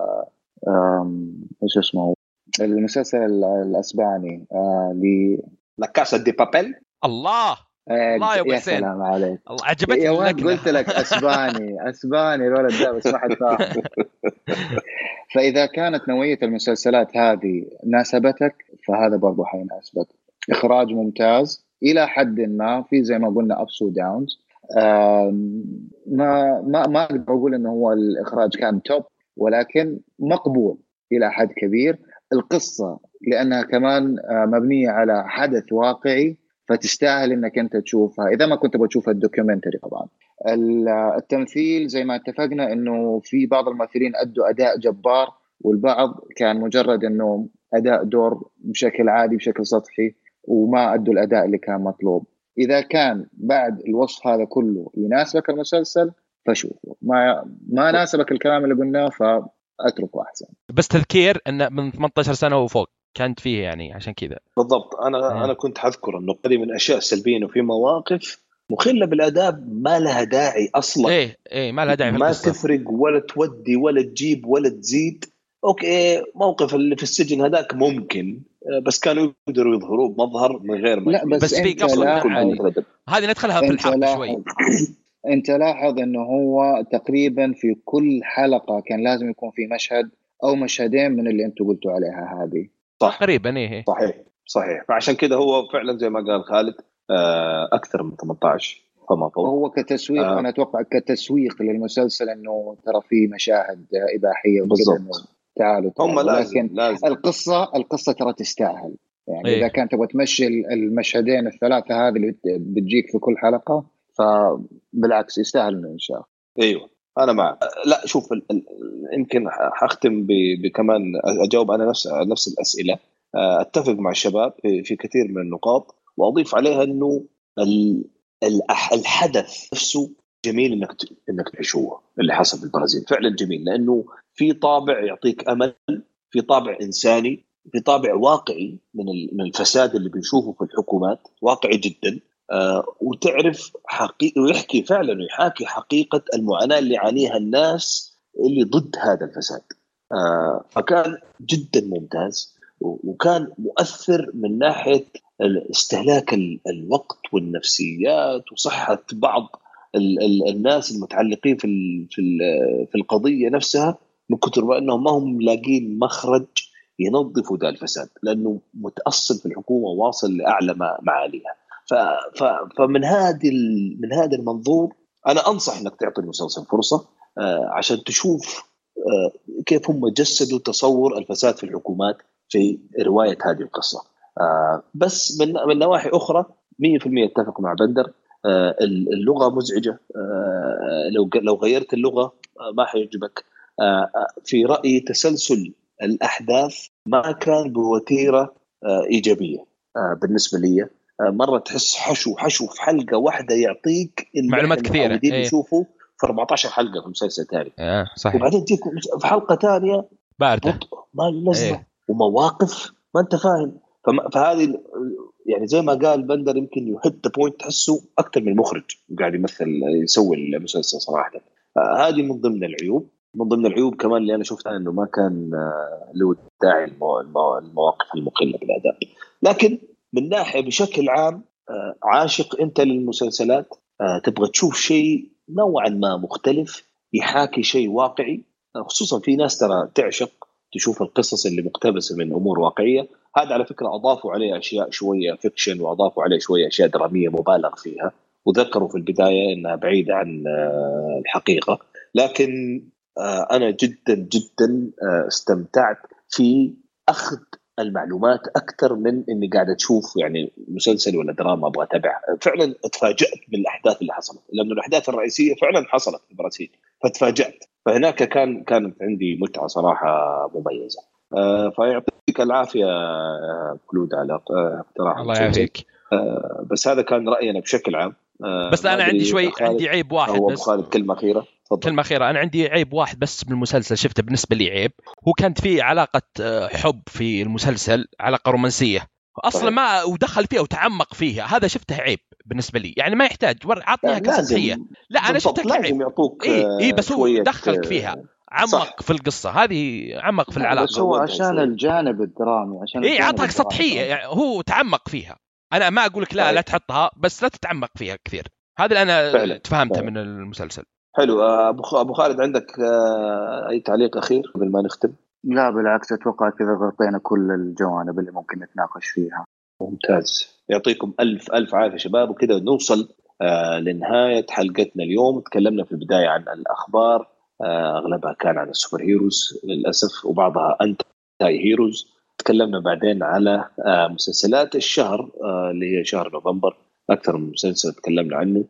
ايش اسمه المسلسل الاسباني لا كاسا دي بابيل. الله يا ابو حسين، سلام عليك. الله عجبتني لك. قلت لك اسباني الولد ده بس ما حد فاهم. فاذا كانت نوعيه المسلسلات هذه ناسبتك فهذا برضو حيناسبك. اخراج ممتاز الى حد ما، في زي ما قلنا ابس وداونز. ما اقدر اقول انه هو الاخراج كان توب، ولكن مقبول الى حد كبير. القصه لانها كمان مبنيه على حدث واقعي فتستاهل انك انت تشوفها، اذا ما كنت بتشوف الدوكيومنتري. طبعا التمثيل زي ما اتفقنا انه في بعض الممثلين ادوا اداء جبار، والبعض كان مجرد انه اداء دور بشكل عادي بشكل سطحي وما ادوا الاداء اللي كان مطلوب. إذا كان بعد الوصف هذا كله يناسبك المسلسل فشوفه، ما ناسبك الكلام اللي قلناه فأتركه أحسن. بس تذكير أنه من 18 سنة وفوق كانت فيه يعني، عشان كذا بالضبط. أنا كنت حذكر إنه قريب من أشياء سلبية، إنه في مواقف مخلة بالآداب ما لها داعي أصلا. إيه ما لها داعي في ما القصة، تفرق ولا تودي ولا تجيب ولا تزيد. أوكي، موقف اللي في السجن هذاك ممكن، بس كانوا يقدروا يظهروه بمظهر من غير ما لا بس في أنت قصة هذه ندخلها في أنت الحرب شوي. أنت لاحظ إنه هو تقريبا في كل حلقة كان لازم يكون في مشهد أو مشهدين من اللي أنتوا قلتوا عليها هذه. صح، تقريبا إيه. صحيح. فعشان كده هو فعلا زي ما قال خالد أكثر من 18 فما فوق. هو كتسويق أنا أتوقع كتسويق للمسلسل إنه ترى في مشاهد إباحية وكذا، إنه تعالوا هم لكن لازم. القصة ترى تستاهل يعني. إيه. إذا كانت تبغى تمشي المشهدين الثلاثة هذه اللي بتجيك في كل حلقة فبالعكس يستاهل إنه ينشاف. ايوه انا معك. لا شوف يمكن حختم بكمان اجاوب انا نفس الاسئله. اتفق مع الشباب في كثير من النقاط، واضيف عليها انه الحدث نفسه جميل انك تعيشوه. اللي حصل في البرازيل فعلا جميل، لانه في طابع يعطيك امل، في طابع انساني، في طابع واقعي من الفساد اللي بنشوفه في الحكومات، واقعي جدا. وتعرف ويحكي فعلا ويحاكي حقيقة المعاناة اللي يعانيها الناس اللي ضد هذا الفساد. فكان جدا ممتاز، وكان مؤثر من ناحية استهلاك الوقت والنفسيات وصحة بعض الناس المتعلقين في القضية نفسها، من كثر ما أنهم ما هم لاقين مخرج ينظفوا ذا الفساد، لأنه متأصل في الحكومة واصل لأعلى معاليها. فمن هذا المنظور أنا أنصح أنك تعطي المسلسل فرصة عشان تشوف كيف هم جسدوا تصور الفساد في الحكومات في رواية هذه القصة. بس من نواحي أخرى 100% اتفق مع بندر. اللغة مزعجة، لو غيرت اللغة ما حيعجبك. في رأيي تسلسل الأحداث ما كان بوتيرة إيجابية بالنسبة لي. مرة تحس حشو في حلقة واحدة يعطيك معلومات كثيرة نشوفه في 14 حلقة في مسلسل ثاني. صحيح. وبعدين تجيك في حلقة ثانية باردة ما لازمة ومواقف ما أنت فاهم. فهذه يعني زي ما قال بندر يمكن يهد بوينت، تحسه أكثر من مخرج قاعد يسوي المسلسل صراحة. هذه من ضمن العيوب كمان اللي أنا شفتها، إنه ما كان له داعي المواقف المقلة بالأداء. لكن من ناحية بشكل عام عاشق أنت للمسلسلات، تبغى تشوف شيء نوعا ما مختلف يحاكي شيء واقعي، خصوصا في ناس ترى تعشق تشوف القصص اللي مقتبسة من أمور واقعية. هذا على فكرة أضافوا عليه أشياء شوية فيكشن، وأضافوا عليه شوية أشياء درامية مبالغ فيها، وذكروا في البداية أنها بعيدة عن الحقيقة. لكن أنا جدا جدا استمتعت في أخذ المعلومات أكثر من إني قاعد أشوف يعني مسلسل ولا دراما أبغى أتابع. فعلا اتفاجأت بالأحداث اللي حصلت، لأن الأحداث الرئيسية فعلا حصلت في البرازيل فتفاجأت. فهناك كانت عندي متعة صراحة مميزة. فيعطيك العافية كلود على اقتراح. الله يعافيك. بس هذا كان رأينا بشكل عام. بس أنا عندي عيب واحد بس. خالد كلمة أخيرة. كلمة أخيرة. أنا عندي عيب واحد بس بالمسلسل شفته بالنسبة لي عيب، هو كانت فيه علاقة حب في المسلسل، علاقة رومانسية أصلا ما ودخل فيها وتعمق فيها. هذا شفته عيب بالنسبة لي، يعني ما يحتاج عطنيها كسطحية. لا أنا شفته عيب. إيه بس هو دخلك فيها، عمق صح. في القصة هذه، عمق في العلاقة. بس هو عشان الجانب الدرامي، عشان إيه عطاك سطحية يعني، هو تعمق فيها. أنا ما أقولك لا تحطها، بس لا تتعمق فيها كثير. هذا اللي أنا تفهمته من المسلسل. حلو. أبو خالد عندك أي تعليق أخير قبل ما نختم؟ لا بالعكس، أتوقع كذا غطينا كل الجوانب اللي ممكن نتناقش فيها. ممتاز. يعطيكم ألف عافية شباب. وكذا نوصل لنهاية حلقتنا اليوم. تكلمنا في البداية عن الأخبار، أغلبها كان عن السوبر هيروز للأسف، وبعضها أنتي هيروز. تكلمنا بعدين على مسلسلات الشهر اللي هي شهر نوفمبر، أكثر من مسلسل تكلمنا عنه.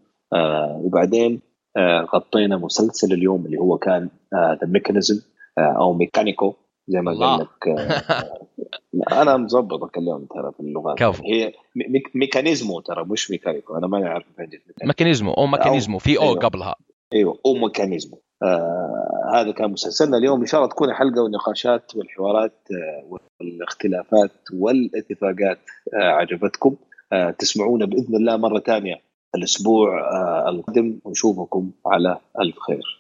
وبعدين غطينا مسلسل اليوم اللي هو كان The Mechanism أو ميكانيكو زي ما قال لك انا مظبط اليوم ترى في اللغات كفو. هي ميكانيزمو ترى مش ميكانيكو، انا ما اعرف فين ميكانيزمو في او أيوه. قبلها. ايوه او ميكانيزمو. هذا كان مسلسلنا اليوم، ان شاء الله تكون الحلقه والنقاشات والحوارات والاختلافات والاتفاقات عجبتكم. تسمعونا باذن الله مره ثانيه الاسبوع القادم، ونشوفكم على الف خير.